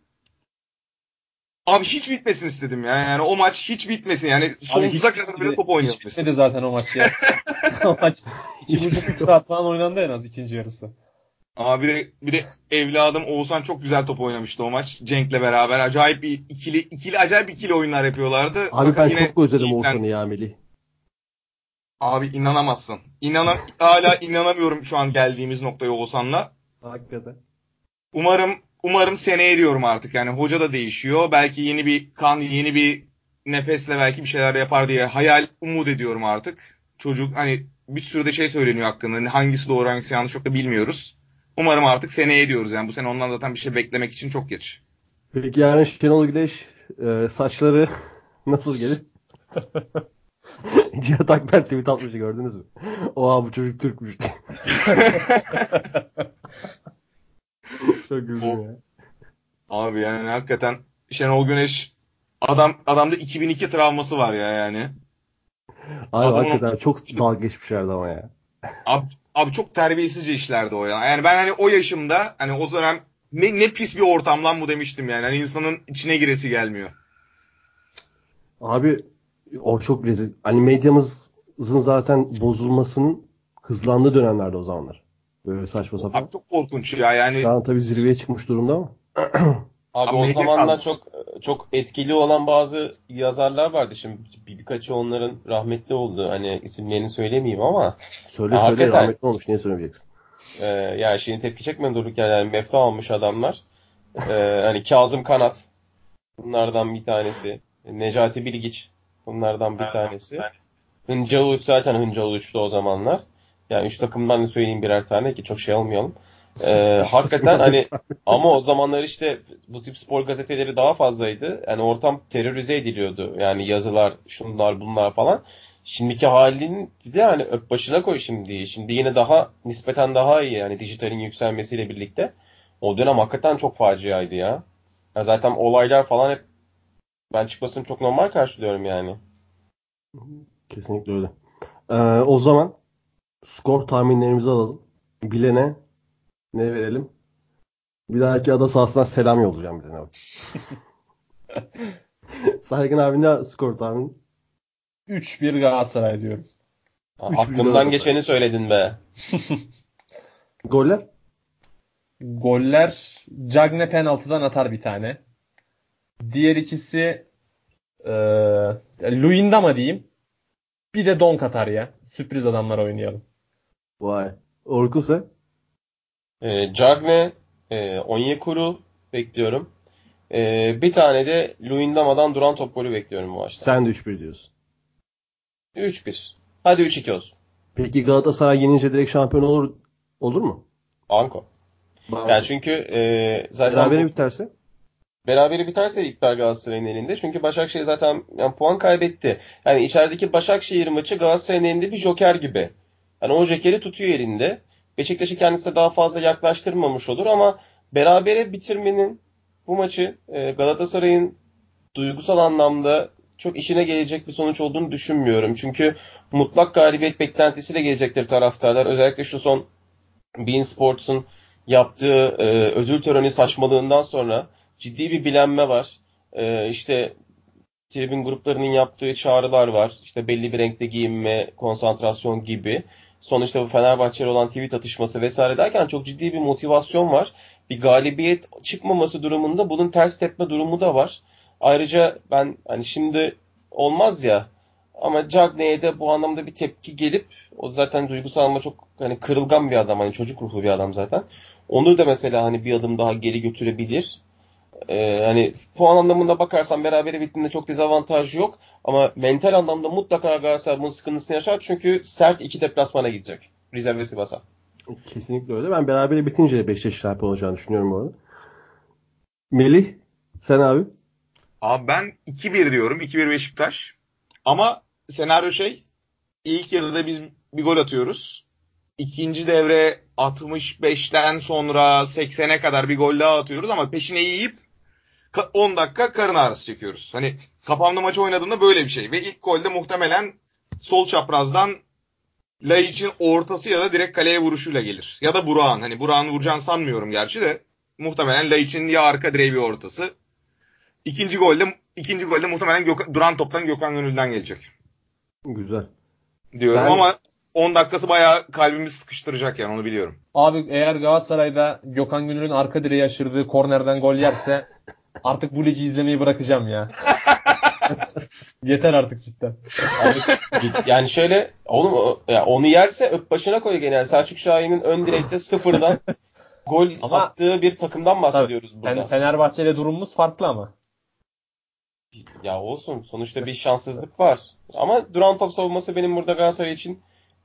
Abi hiç bitmesin istedim ya. Yani o maç hiç bitmesin. Yani sonsuza kadar bile top oynayalım. Hiç bitmedi zaten o maç ya. O maç 2,5-3 saat falan oynandı en az ikinci yarısı. Abi bir de evladım Oğuzhan çok güzel top oynamıştı o maç. Cenk'le beraber acayip bir acayip ikili oyunlar yapıyorlardı. Abi Fakat ben yine çok özledim Oğuzhan'ı ya Melih. Abi inanamazsın. Hala inanamıyorum şu an geldiğimiz noktaya Oğuzhan'la. Hakikaten. Umarım seneye diyorum artık. Yani hoca da değişiyor. Belki yeni bir kan, yeni bir nefesle belki bir şeyler yapar diye umut ediyorum artık. Çocuk hani bir sürü de söyleniyor hakkında. Hani hangisi doğru hangisi yanlış çok da bilmiyoruz. Umarım artık seneye diyoruz. Yani bu sene ondan zaten bir şey beklemek için çok geç. Peki yarın Şenol Güneş saçları nasıl gelir? Cihat Akber tweet atmışı gördünüz mü? Oha bu çocuk Türkmüş. Çok güldüm ya. Abi yani hakikaten Şenol Güneş adamda 2002 travması var ya yani. Abi Adamın hakikaten çok dalga geçmişlerdi ama ya. Abi çok terbiyesizce işlerdi o ya. Yani ben hani o yaşımda hani o dönem ne pis bir ortam lan bu demiştim yani. Hani insanın içine giresi gelmiyor. Abi o çok rezil. Hani medyamızın zaten bozulmasının hızlandığı dönemlerde o zamanlar. Böyle saçma sapan. Abi çok korkunç ya Şu yani. an tabii zirveye çıkmış durumda ama. Abi o zamanlar çok etkili olan bazı yazarlar vardı. Şimdi birkaçı onların rahmetli oldu. Hani isimlerini söylemeyeyim ama Söyle hakikaten rahmetli olmuş. Niye söylemeyeceksin? ya şimdi tepki çekme durduk yani mefta almış adamlar. Hani Kazım Kanat bunlardan bir tanesi. Necati Bilgiç bunlardan bir tanesi. Hıncal Uluç zaten Hıncal Uluç'tu o zamanlar. Yani 3 takımdan da söyleyeyim birer tane ki çok şey almayalım. Hakikaten hani ama o zamanlar işte bu tip spor gazeteleri daha fazlaydı. Yani ortam terörize ediliyordu. Yani yazılar, şunlar, bunlar falan. Şimdiki halini de hani öp başına koy şimdi. Şimdi yine daha nispeten daha iyi yani dijitalin yükselmesiyle birlikte. O dönem hakikaten çok faciaydı ya. Ya zaten olaylar falan hep ben çıkmasını çok normal karşılıyorum yani. Kesinlikle öyle. O zaman skor tahminlerimizi alalım. Bilene ne verelim? Bir dahaki ada sahasından selam yollayacağım bilene. Bak. Saygın abi ne skor tahmini? 3-1 Galatasaray diyorum. 3-1 Aklımdan Galatasaray. geçeni söyledin be. Goller? Goller Cagne penaltıdan atar bir tane. Diğer ikisi Luyendama diyeyim. Bir de Donk atar ya. Sürpriz adamlar oynayalım. Vay. Orkun sen? Cagne, Onyekuru bekliyorum. Bir tane de Luyendama'dan duran top golü bekliyorum bu maçta. Sen de 3-1 diyorsun. 3-1. Hadi 3-2 olsun. Peki Galatasaray yenince direkt şampiyon olur mu? Banko. Banko. Yani çünkü zaten Berabere biterse? berabere biterse iptal Galatasaray'ın elinde. Çünkü Başakşehir zaten yani puan kaybetti. Yani içerideki Başakşehir maçı Galatasaray'ın elinde bir joker gibi. Yani o jokeri tutuyor elinde. Beşiktaş'ı kendisine daha fazla yaklaştırmamış olur ama berabere bitirmenin bu maçı Galatasaray'ın duygusal anlamda çok işine gelecek bir sonuç olduğunu düşünmüyorum. Çünkü mutlak galibiyet beklentisiyle gelecektir taraftarlar. Özellikle şu son beIN Sports'un yaptığı ödül töreni saçmalığından sonra ciddi bir bilenme var. İşte tribün gruplarının yaptığı çağrılar var. İşte belli bir renkte giyinme, konsantrasyon gibi. Sonuçta bu Fenerbahçe'yle olan tweet atışması vesaire derken çok ciddi bir motivasyon var. Bir galibiyet çıkmaması durumunda bunun ters tepme durumu da var. Ayrıca ben hani şimdi olmaz ya ama Cagney'e de bu anlamda bir tepki gelip o zaten duygusal ama çok hani kırılgan bir adam hani çocuk ruhlu bir adam zaten. Onu da mesela hani bir adım daha geri götürebilir. Hani puan anlamında bakarsan berabere bittiğinde çok dezavantaj yok. Ama mental anlamda mutlaka Galatasaray bunun sıkıntısını yaşar. Çünkü sert iki deplasmana gidecek. Rize ve Sivas'a. Kesinlikle öyle. Ben berabere bitince Beşiktaş şampiyon olacağını düşünüyorum bu arada. Melih, sen abi? Abi ben 2-1 diyorum. 2-1 Beşiktaş. Ama senaryo ilk yarıda biz bir gol atıyoruz. İkinci devre 65'ten sonra 80'e kadar bir gol daha atıyoruz ama peşine yiyip 10 dakika karın ağrısı çekiyoruz. Hani kafamda maçı oynadığımda böyle bir şey. Ve ilk golde muhtemelen sol çaprazdan Laiç'in ortası ya da direkt kaleye vuruşuyla gelir. Ya da Burak'ın. Hani Burak'ın vuracağını sanmıyorum gerçi de. Muhtemelen Laiç'in ya arka direği bir ortası. İkinci golde muhtemelen duran toptan Gökhan Gönül'den gelecek. Güzel. Diyorum ama 10 dakikası bayağı kalbimizi sıkıştıracak yani onu biliyorum. Abi eğer Galatasaray'da Gökhan Gönül'ün arka direği aşırdığı kornerden gol yerse artık bu ligi izlemeyi bırakacağım ya. Yeter artık cidden. Abi, yani şöyle oğlum ya onu yerse öp başına koy gene. Yani Selçuk Şahin'in ön direkte sıfırdan gol Ama attığı bir takımdan tabii bahsediyoruz burada. Fenerbahçe ile durumumuz farklı ama. Ya olsun. Sonuçta bir şanssızlık var. Ama duran top savunması benim burada Galatasaray için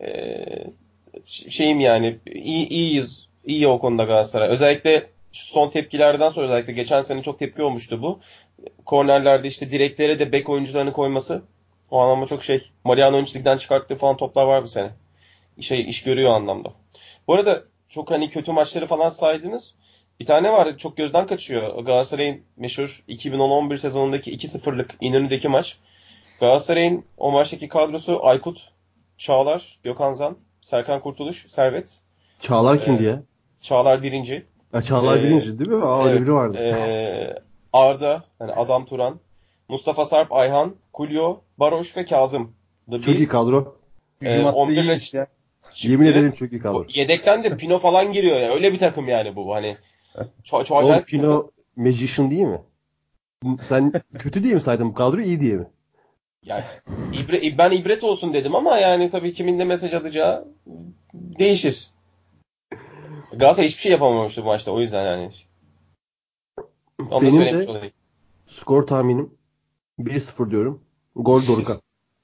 şeyim yani iyiyiz. İyi o konuda Galatasaray. Özellikle şu son tepkilerden sonra özellikle geçen sene çok tepki olmuştu bu. Kornerlerde işte direklere de bek oyuncularını koyması. O anlamda çok şey. Mariano ligden çıkarttığı falan toplar var bu sene. İş görüyor o anlamda. Bu arada çok hani kötü maçları falan saydınız. Bir tane var çok gözden kaçıyor. Galatasaray'ın meşhur 2010-11 sezonundaki 2-0'lık İnönü'deki maç. Galatasaray'ın o maçtaki kadrosu Aykut, Çağlar, Gökhan Zan, Serkan Kurtuluş, Servet. Çağlar kimdi ya? Çağlar birinci. Ya Çağlar birinci değil mi? Öyle biri Evet. vardı. Arda, yani Adam Turan, Mustafa Sarp, Ayhan, Kulyo, Baroş ve Kazım. Çok iyi kadro. Hücum hattı 11 ile iyiymiş ya. Yemin çıktı. ederim çok iyi kadro. Yedekten de Pino falan giriyor ya. Öyle bir takım yani bu. Hani çok Oğlum acayip bir takım. magician değil mi? Sen kötü diye mi saydın bu kadroyu, iyi diye mi? Yani ben ibret olsun dedim ama yani tabii kimin ne mesaj alacağı değişir. Galatasaray hiçbir şey yapamamıştı bu maçta, o yüzden yani. Onu da Benim söylemiş de olayım. skor tahminim 1-0 diyorum. Gol Dorukhan.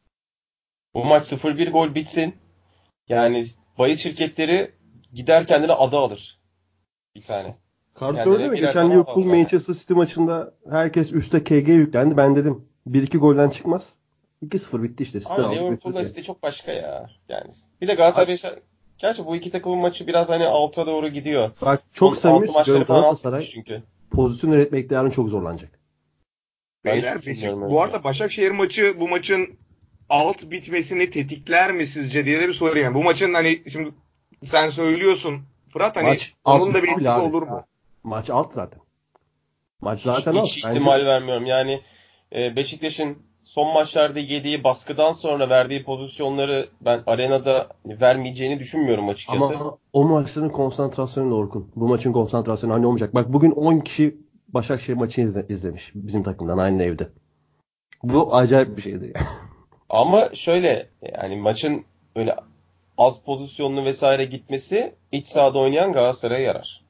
Bu maç 0-1 gol bitsin. Yani bahis şirketleri gider kendine ada alır. Bir tane. Kart gördü Kendilerine mü? birer Geçen tane ada Liverpool alırlar. Manchester City maçında herkes üste KG yüklendi. Ben dedim 1-2 golden çıkmaz. 2-0 bitti işte. City Ama aldı Liverpool'la götürdü. City çok başka ya. Yani bir de Galatasaray Beşiktaş. Gerçi bu iki takımın maçı biraz hani alta doğru gidiyor. Bak çok Son samimi 6 maçları söylüyorum, falan alt Galatasaray gitmiş çünkü. pozisyon üretmekte yarın çok zorlanacak. Ben hiç Beyler düşünmüyorum öyle bu bir arada şey. Başakşehir maçı bu maçın alt bitmesini tetikler mi sizce diye de bir sorayım. Yani bu maçın hani şimdi sen söylüyorsun Fırat, hani Maç alt onun da bir etkisi abi. olur mu? Maç alt zaten. Maç Hiç, zaten alt. hiç Bence ihtimal vermiyorum. Yani Beşiktaş'ın son maçlarda yediği baskıdan sonra verdiği pozisyonları ben arenada vermeyeceğini düşünmüyorum açıkçası. ama o maçların konsantrasyonu da Orkun. Bu maçın konsantrasyonu hani olmayacak. Bak bugün 10 kişi Başakşehir maçını izlemiş bizim takımdan aynı evde. Bu acayip bir şeydir yani. Ama şöyle yani maçın öyle az pozisyonlu vesaire gitmesi iç sahada oynayan Galatasaray'a yarar.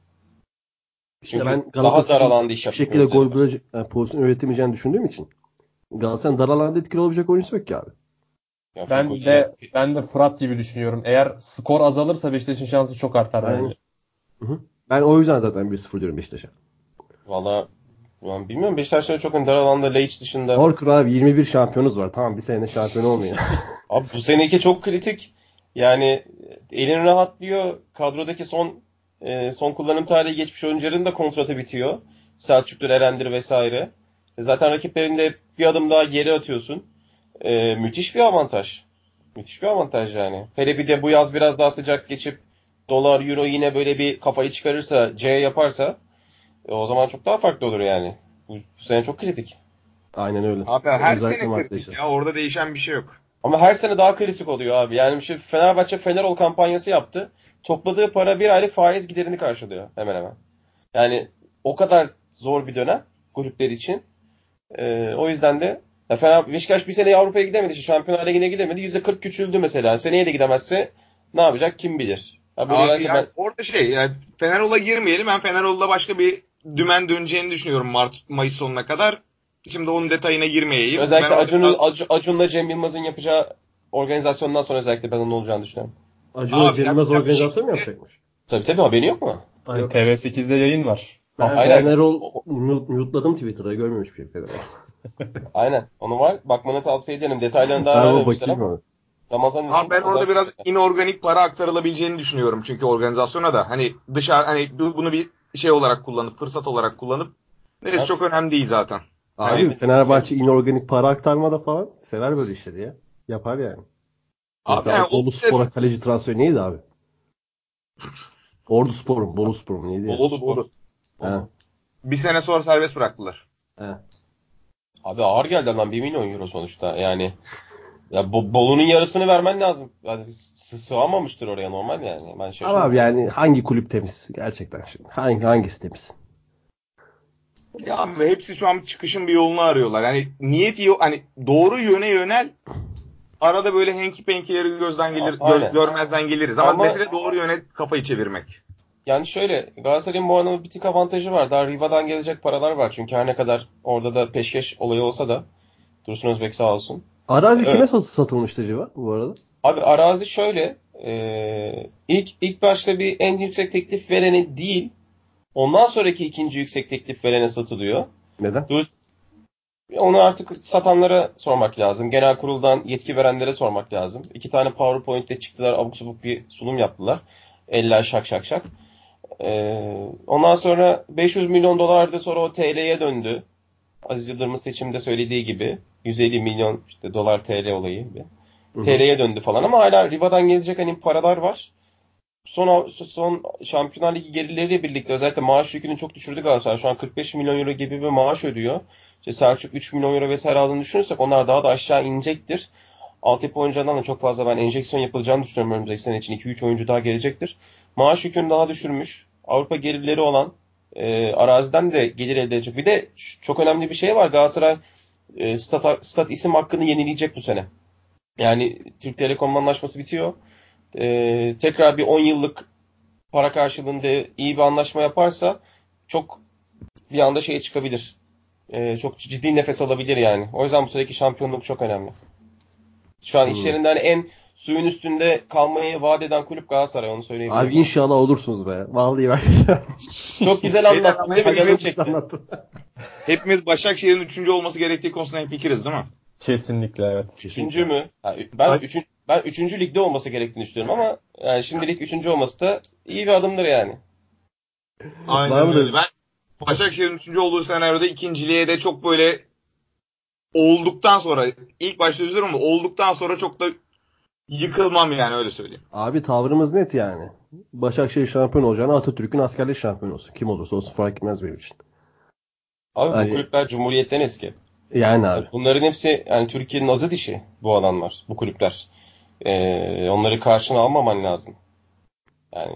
İşte Çünkü ben daha dar Galatasaray'ın alanda iş hiçbir yapma şekilde gözleri gol var. bulacak, yani pozisyon üretemeyeceğini düşündüğüm için Galatasaray'ın dar alanda etkili olabilecek oyuncusu yok ki abi. Ya Ben Feghouli de ben de Fırat gibi düşünüyorum. Eğer skor azalırsa Beşiktaş'ın şansı çok artar Aynen. bence. Hı hı. Ben o yüzden zaten 1-0 diyorum Beşiktaş'a. valla ben bilmiyorum, Beşiktaş'ta çok dar alanda Laiç dışında. Orkun abi 21 şampiyonuz var. Tamam bir sene şampiyon olmuyor. Abi bu seneki çok kritik. Yani elin rahatlıyor. Kadrodaki son kullanım tarihi geçmiş oyuncuların da kontratı bitiyor. Selçuk'tur, Eren'dir vesaire. Zaten rakiplerinde bir adım daha geri atıyorsun. Müthiş bir avantaj. Müthiş bir avantaj yani. Hele bir de bu yaz biraz daha sıcak geçip dolar, euro yine böyle bir kafayı çıkarırsa, C yaparsa o zaman çok daha farklı olur yani. Bu sene çok kritik. Aynen öyle. Abi her Özellikle sene maçta kritik işte. ya, orada değişen bir şey yok. Ama her sene daha kritik oluyor abi. Yani şimdi Fenerbahçe Fenerol kampanyası yaptı. Topladığı para bir aylık faiz giderini karşılıyor hemen hemen. Yani o kadar zor bir dönem kulüpler için. O yüzden de ya Beşiktaş bir sene Avrupa'ya gidemedi. İşte Şampiyonlar Ligi'ne gidemedi. %40 küçüldü mesela. Seneye de gidemezse ne yapacak kim bilir. Ya böyle Abi bence yani orada yani Fenerol'a girmeyelim. Ben Fenerol'da başka bir dümen döneceğini düşünüyorum Mayıs sonuna kadar. Şimdi onun detayına girmeyeyim. Ben özellikle orada biraz Acun'la Cem Yılmaz'ın yapacağı organizasyondan sonra özellikle ben onun olacağını düşünüyorum. Acun'la abi Cem Yılmaz yapacak bir organizasyon mu şekilde yapacakmış? Tabii haberin yok mu? Hani Yok. TV8'de yayın var. Ben Aynen. Fenerol mute'ladım Twitter'da. Görmemiş bir şey Fenerol. Aynen. Onu var. Bakmanı tavsiye ederim. Detaylarını daha Ben ona vermemişler bakayım ama abi. Ramazan abi için ben özel orada biraz fırsat. inorganik para aktarılabileceğini düşünüyorum, çünkü organizasyona da hani dışarı hani bunu bir şey olarak kullanıp, fırsat olarak kullanıp, neyse Ya, çok önemli değil zaten. Hani Abi Fenerbahçe inorganik para aktarma da falan sever böyle işleri ya. Yapar yani. abi Mesela yani o o Bolu bile Spor'a kaleci transferi neydi abi? Ordu Spor'un, Bolu Spor'un neydi ya? Bolu Bolu Spor. Bolu. He. Bir sene sonra serbest bıraktılar. He. Abi ağır geldi lan, 1 milyon euro sonuçta. Yani ya Bolu'nun yarısını vermen lazım. Yani sığamamıştır oraya normal yani. Ben Ama abi şaşırdım. yani hangi kulüp temiz gerçekten şimdi? Hangisi temiz? Ya ve hepsi şu an çıkışın bir yolunu arıyorlar. Yani niyet iyi, hani doğru yöne yönel. Arada böyle henki penkileri gözden gelir, Aynen. görmezden geliriz. Ama Ama mesele doğru yöne kafayı çevirmek. yani şöyle, Galatasaray'ın bu anlamda bir tık avantajı var. Daha Riva'dan gelecek paralar var. Çünkü her ne kadar orada da peşkeş olayı olsa da Dursun Özbek sağ olsun. Arazi kime Evet. satılmıştı acaba bu arada? Abi arazi şöyle, ilk başta bir en yüksek teklif vereni değil, ondan sonraki ikinci yüksek teklif verene satılıyor. Neden? Onu artık satanlara sormak lazım. Genel kuruldan yetki verenlere sormak lazım. 2 tane PowerPoint'te çıktılar, abuk subuk bir sunum yaptılar. Eller şak şak şak. Ondan sonra 500 milyon dolar da sonra o TL'ye döndü. Aziz Yıldırım'ın seçimde söylediği gibi 150 milyon işte dolar TL olayı gibi. Hı hı. TL'ye döndü falan ama hala Riva'dan gelecek hani paralar var. Son Şampiyonlar Ligi gerileriyle birlikte özellikle maaş yükünü çok düşürdü Galatasaray. Şu an 45 milyon euro gibi bir maaş ödüyor. İşte Selçuk 3 milyon euro vesaire aldığını düşünürsek onlar daha da aşağı inecektir. Altyapı oyuncularından da çok fazla ben enjeksiyon yapılacağını düşünüyorum önümüzdeki sene için. 2-3 oyuncu daha gelecektir. Maaş yükünü daha düşürmüş. Avrupa gelirleri olan araziden de gelir elde edecek. Bir de çok önemli bir şey var. Galatasaray stat isim hakkını yenileyecek bu sene. Yani Türk Telekom anlaşması bitiyor. Tekrar bir 10 yıllık para karşılığında iyi bir anlaşma yaparsa çok bir anda çıkabilir. Çok ciddi nefes alabilir yani. O yüzden bu seneki şampiyonluk çok önemli. Şu an işlerinden en suyun üstünde kalmayı vaat eden kulüp Galatasaray, onu söyleyebilirim. Abi inşallah olursunuz be. Vallahi bak. Çok güzel anlattın değil mi? Canım çekti. Hepimiz Başakşehir'in 3. olması gerektiği konusunda hemfikiriz değil mi? Kesinlikle evet. 3. mü? Ben 3. ligde olması gerektiğini düşünüyorum ama yani şimdilik 3. olması da iyi bir adımdır yani. Aynen öyle. Ben Başakşehir'in 3. olduğu senaryoda ikinciliğe de çok böyle olduktan sonra, ilk başta üzülürüm ama olduktan sonra çok da yıkılmam yani, öyle söyleyeyim. Abi tavrımız net yani. Başakşehir şampiyon olacağına Atatürk'ün askerliği şampiyon olsun. Kim olursa olsun fark etmez benim için. Abi bu kulüpler Cumhuriyet'ten eski. Yani abi. Bunların hepsi yani Türkiye'nin azı dişi bu adamlar, bu kulüpler. Onları karşına almaman lazım. Yani.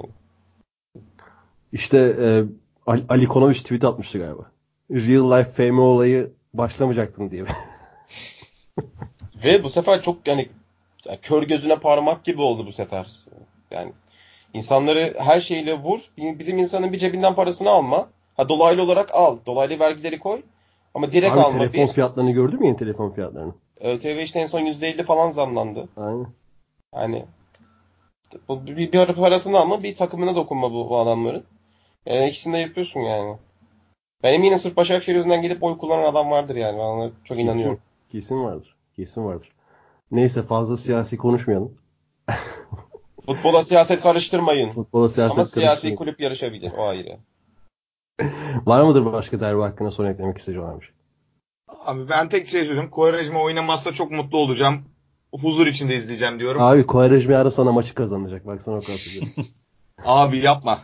İşte Ali Konovic tweet atmıştı galiba. Real life fame olayı başlamayacaktın diye. Ve bu sefer çok yani kör gözüne parmak gibi oldu bu sefer. Yani insanları her şeyle vur. Bizim insanın bir cebinden parasını alma. Dolaylı olarak al. Dolaylı vergileri koy. Ama direkt abi alma. Telefon fiyatlarını gördün mü, yeni telefon fiyatlarını? ÖTV işte en son %50 falan zamlandı. Aynen. Yani bir ara parasını alma, bir takımına dokunma bu adamların. İkisini de yapıyorsun yani. Ben eminim sırf Başakşehir yüzünden gidip oy kullanan adam vardır yani. Ben ona çok inanıyorum. Kesin vardır. Kesin vardır. Neyse, fazla siyasi konuşmayalım. Futbola siyaset karıştırmayın. Futbola siyaset Ama siyasi karıştırmayın. kulüp yarışabilir. O ayrı. Var mıdır başka derbi hakkında son eklemek isteyeceğim bir şey? Abi ben tek şey söyleyeyim. Quaresma oynamazsa çok mutlu olacağım. Huzur içinde izleyeceğim diyorum. Abi Quaresma ara sana maçı kazanacak. Bak sana o kadar söylüyorum. Abi yapma.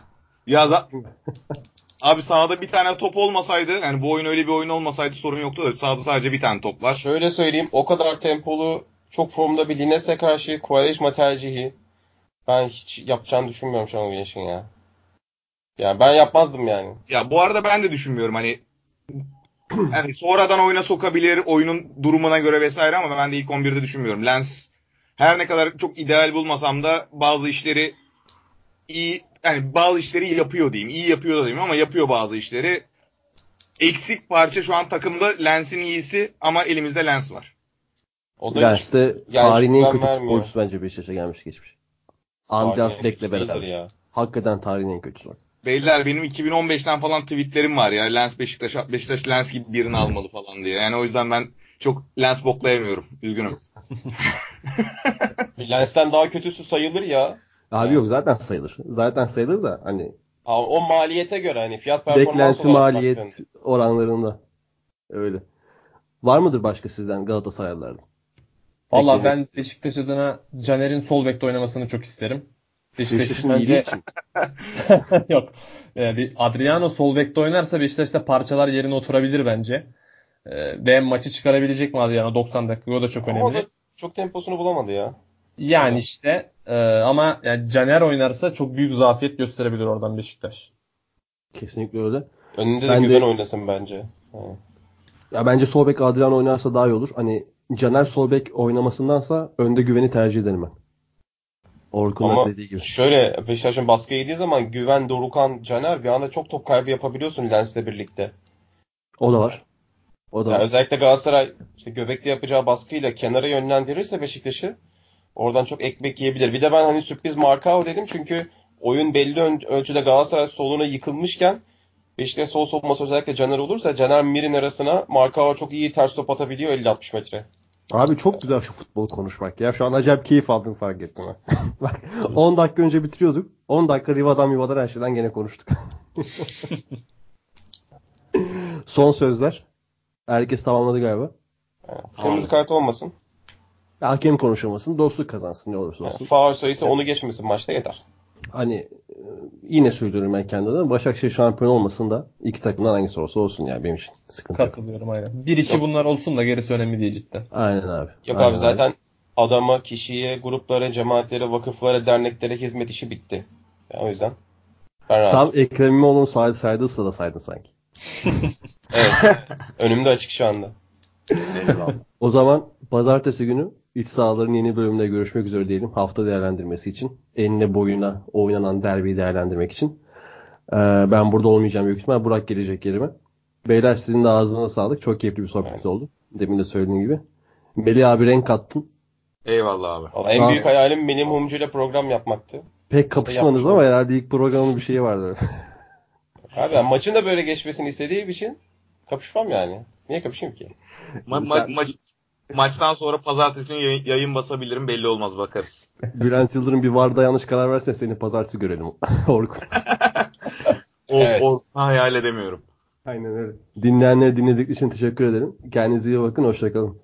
Abi sahada bir tane top olmasaydı, yani bu oyun öyle bir oyun olmasaydı sorun yoktu da sahada sadece bir tane top var. Şöyle söyleyeyim. O kadar tempolu, çok formda bir Lines'e karşı Quaresma tercihi ben hiç yapacağını düşünmüyorum şu an Güneş'in ya. Yani ben yapmazdım yani. Ya bu arada ben de düşünmüyorum hani sonradan oyuna sokabilir oyunun durumuna göre vesaire, ama ben de ilk 11'de düşünmüyorum. Lens her ne kadar çok ideal bulmasam da bazı işleri iyi, yani bazı işleri yapıyor diyeyim. İyi yapıyor da diyeyim ama yapıyor bazı işleri. Eksik parça şu an takımda Lens'in iyisi ama elimizde Lens var. O da Lens de yani tarihin en güven kötü vermiyor. futbolcusu bence Beşiktaş'a gelmiş geçmiş. Andreas Beck'le beraber. Ya. Hakikaten tarihin en kötüsü var. Beyler benim 2015'ten falan tweetlerim var ya. Lens Beşiktaş Lens gibi birini almalı falan diye. Yani o yüzden ben çok Lens boklayamıyorum. Üzgünüm. Lens'ten daha kötüsü sayılır ya. Abi Yani. yok, zaten sayılır. Zaten sayılır da hani O maliyete göre hani fiyat performans beklenti olarak maliyet baktığında. oranlarında öyle. Var mıdır başka sizden Galatasaraylılardan? Valla ben Ekleyecek. Beşiktaş adına Caner'in sol bekte oynamasını çok isterim. Beşiktaş'ın iyiliği için. Yok. Bir Adriano sol bekte oynarsa Beşiktaş'ta parçalar yerine oturabilir bence. Ve maçı çıkarabilecek mi Adriano 90 dakika? O da çok Ama o önemli. da çok temposunu bulamadı ya. Yani işte ama yani Caner oynarsa çok büyük zafiyet gösterebilir oradan Beşiktaş. Kesinlikle öyle. Önünde de Ben Güven de oynasın bence. ya bence sol bek Adrian oynarsa daha iyi olur. Hani Caner sol bek oynamasındansa önde Güven'i tercih ederim ben. Orkun'un Ama dediği gibi. şöyle Beşiktaş'ın baskı yediği zaman Güven, Dorukhan, Caner bir anda çok top kaybı yapabiliyorsun Lens'le birlikte. O da var. O da Yani var. özellikle Galatasaray işte Göbek'te yapacağı baskıyla kenara yönlendirirse Beşiktaş'ı oradan çok ekmek yiyebilir. Bir de ben hani sürpriz Markao dedim çünkü oyun belli ölçüde Galatasaray soluna yıkılmışken Beşiktaş sol savunması özellikle Caner olursa Caner Mirin arasına Markao çok iyi ters top atabiliyor 50-60 metre. Abi çok güzel şu futbol konuşmak ya. Şu an acayip keyif aldım, fark ettim ha. Bak 10 dakika önce bitiriyorduk. 10 dakika Riva'dan Yuva'dan her şeyden gene konuştuk. Son sözler. Herkes tamamladı galiba. Kırmızı kart olmasın. Hakem konuşulmasın. Dostluk kazansın ne olursa olsun. Faul sayısı onu geçmesin maçta yeter. Hani yine söylüyorum ben kendime. Başakşehir şampiyon olmasın da iki takımdan hangisi olsa olsun yani benim için sıkıntı yok. Katılıyorum aynen. 1-2 bunlar olsun da gerisi önemli değil cidden. Aynen abi. Yok Aynen abi zaten adama, kişiye, gruplara, cemaatlere, vakıflara, derneklere hizmet işi bitti. Yani o yüzden. Ben Tam razıyım. Ekrem İmamoğlu'nun saydığı sırada saydın sanki. Evet. Önümde açık şu anda. Eyvallah. O zaman pazartesi günü iç sahaların yeni bölümünde görüşmek üzere diyelim. Hafta değerlendirmesi için. Enine boyuna oynanan derbiyi değerlendirmek için. Ben burada olmayacağım büyük ihtimal. Burak gelecek yerime. Beyler sizin de ağzına sağlık. Çok keyifli bir sohbet Aynen. oldu. Demin de söylediğim gibi. Melih abi renk kattın. Eyvallah abi. Vallahi en büyük hayalim minimumcuyla program yapmaktı. Pek kapışmanız yapmış ama olduk. herhalde ilk programın bir şeyi vardı. Abi ben maçın da böyle geçmesini istediğim için kapışmam yani. Niye kapışayım ki? Maçtan sonra pazartesi günü yayın basabilirim. Belli olmaz, bakarız. Bülent Yıldırım bir VAR'da yanlış karar verse seni pazartesi görelim. Orkun. Evet. Hayal edemiyorum. Aynen öyle. Dinleyenleri dinledikleri için teşekkür ederim. Kendinize iyi bakın. Hoşçakalın.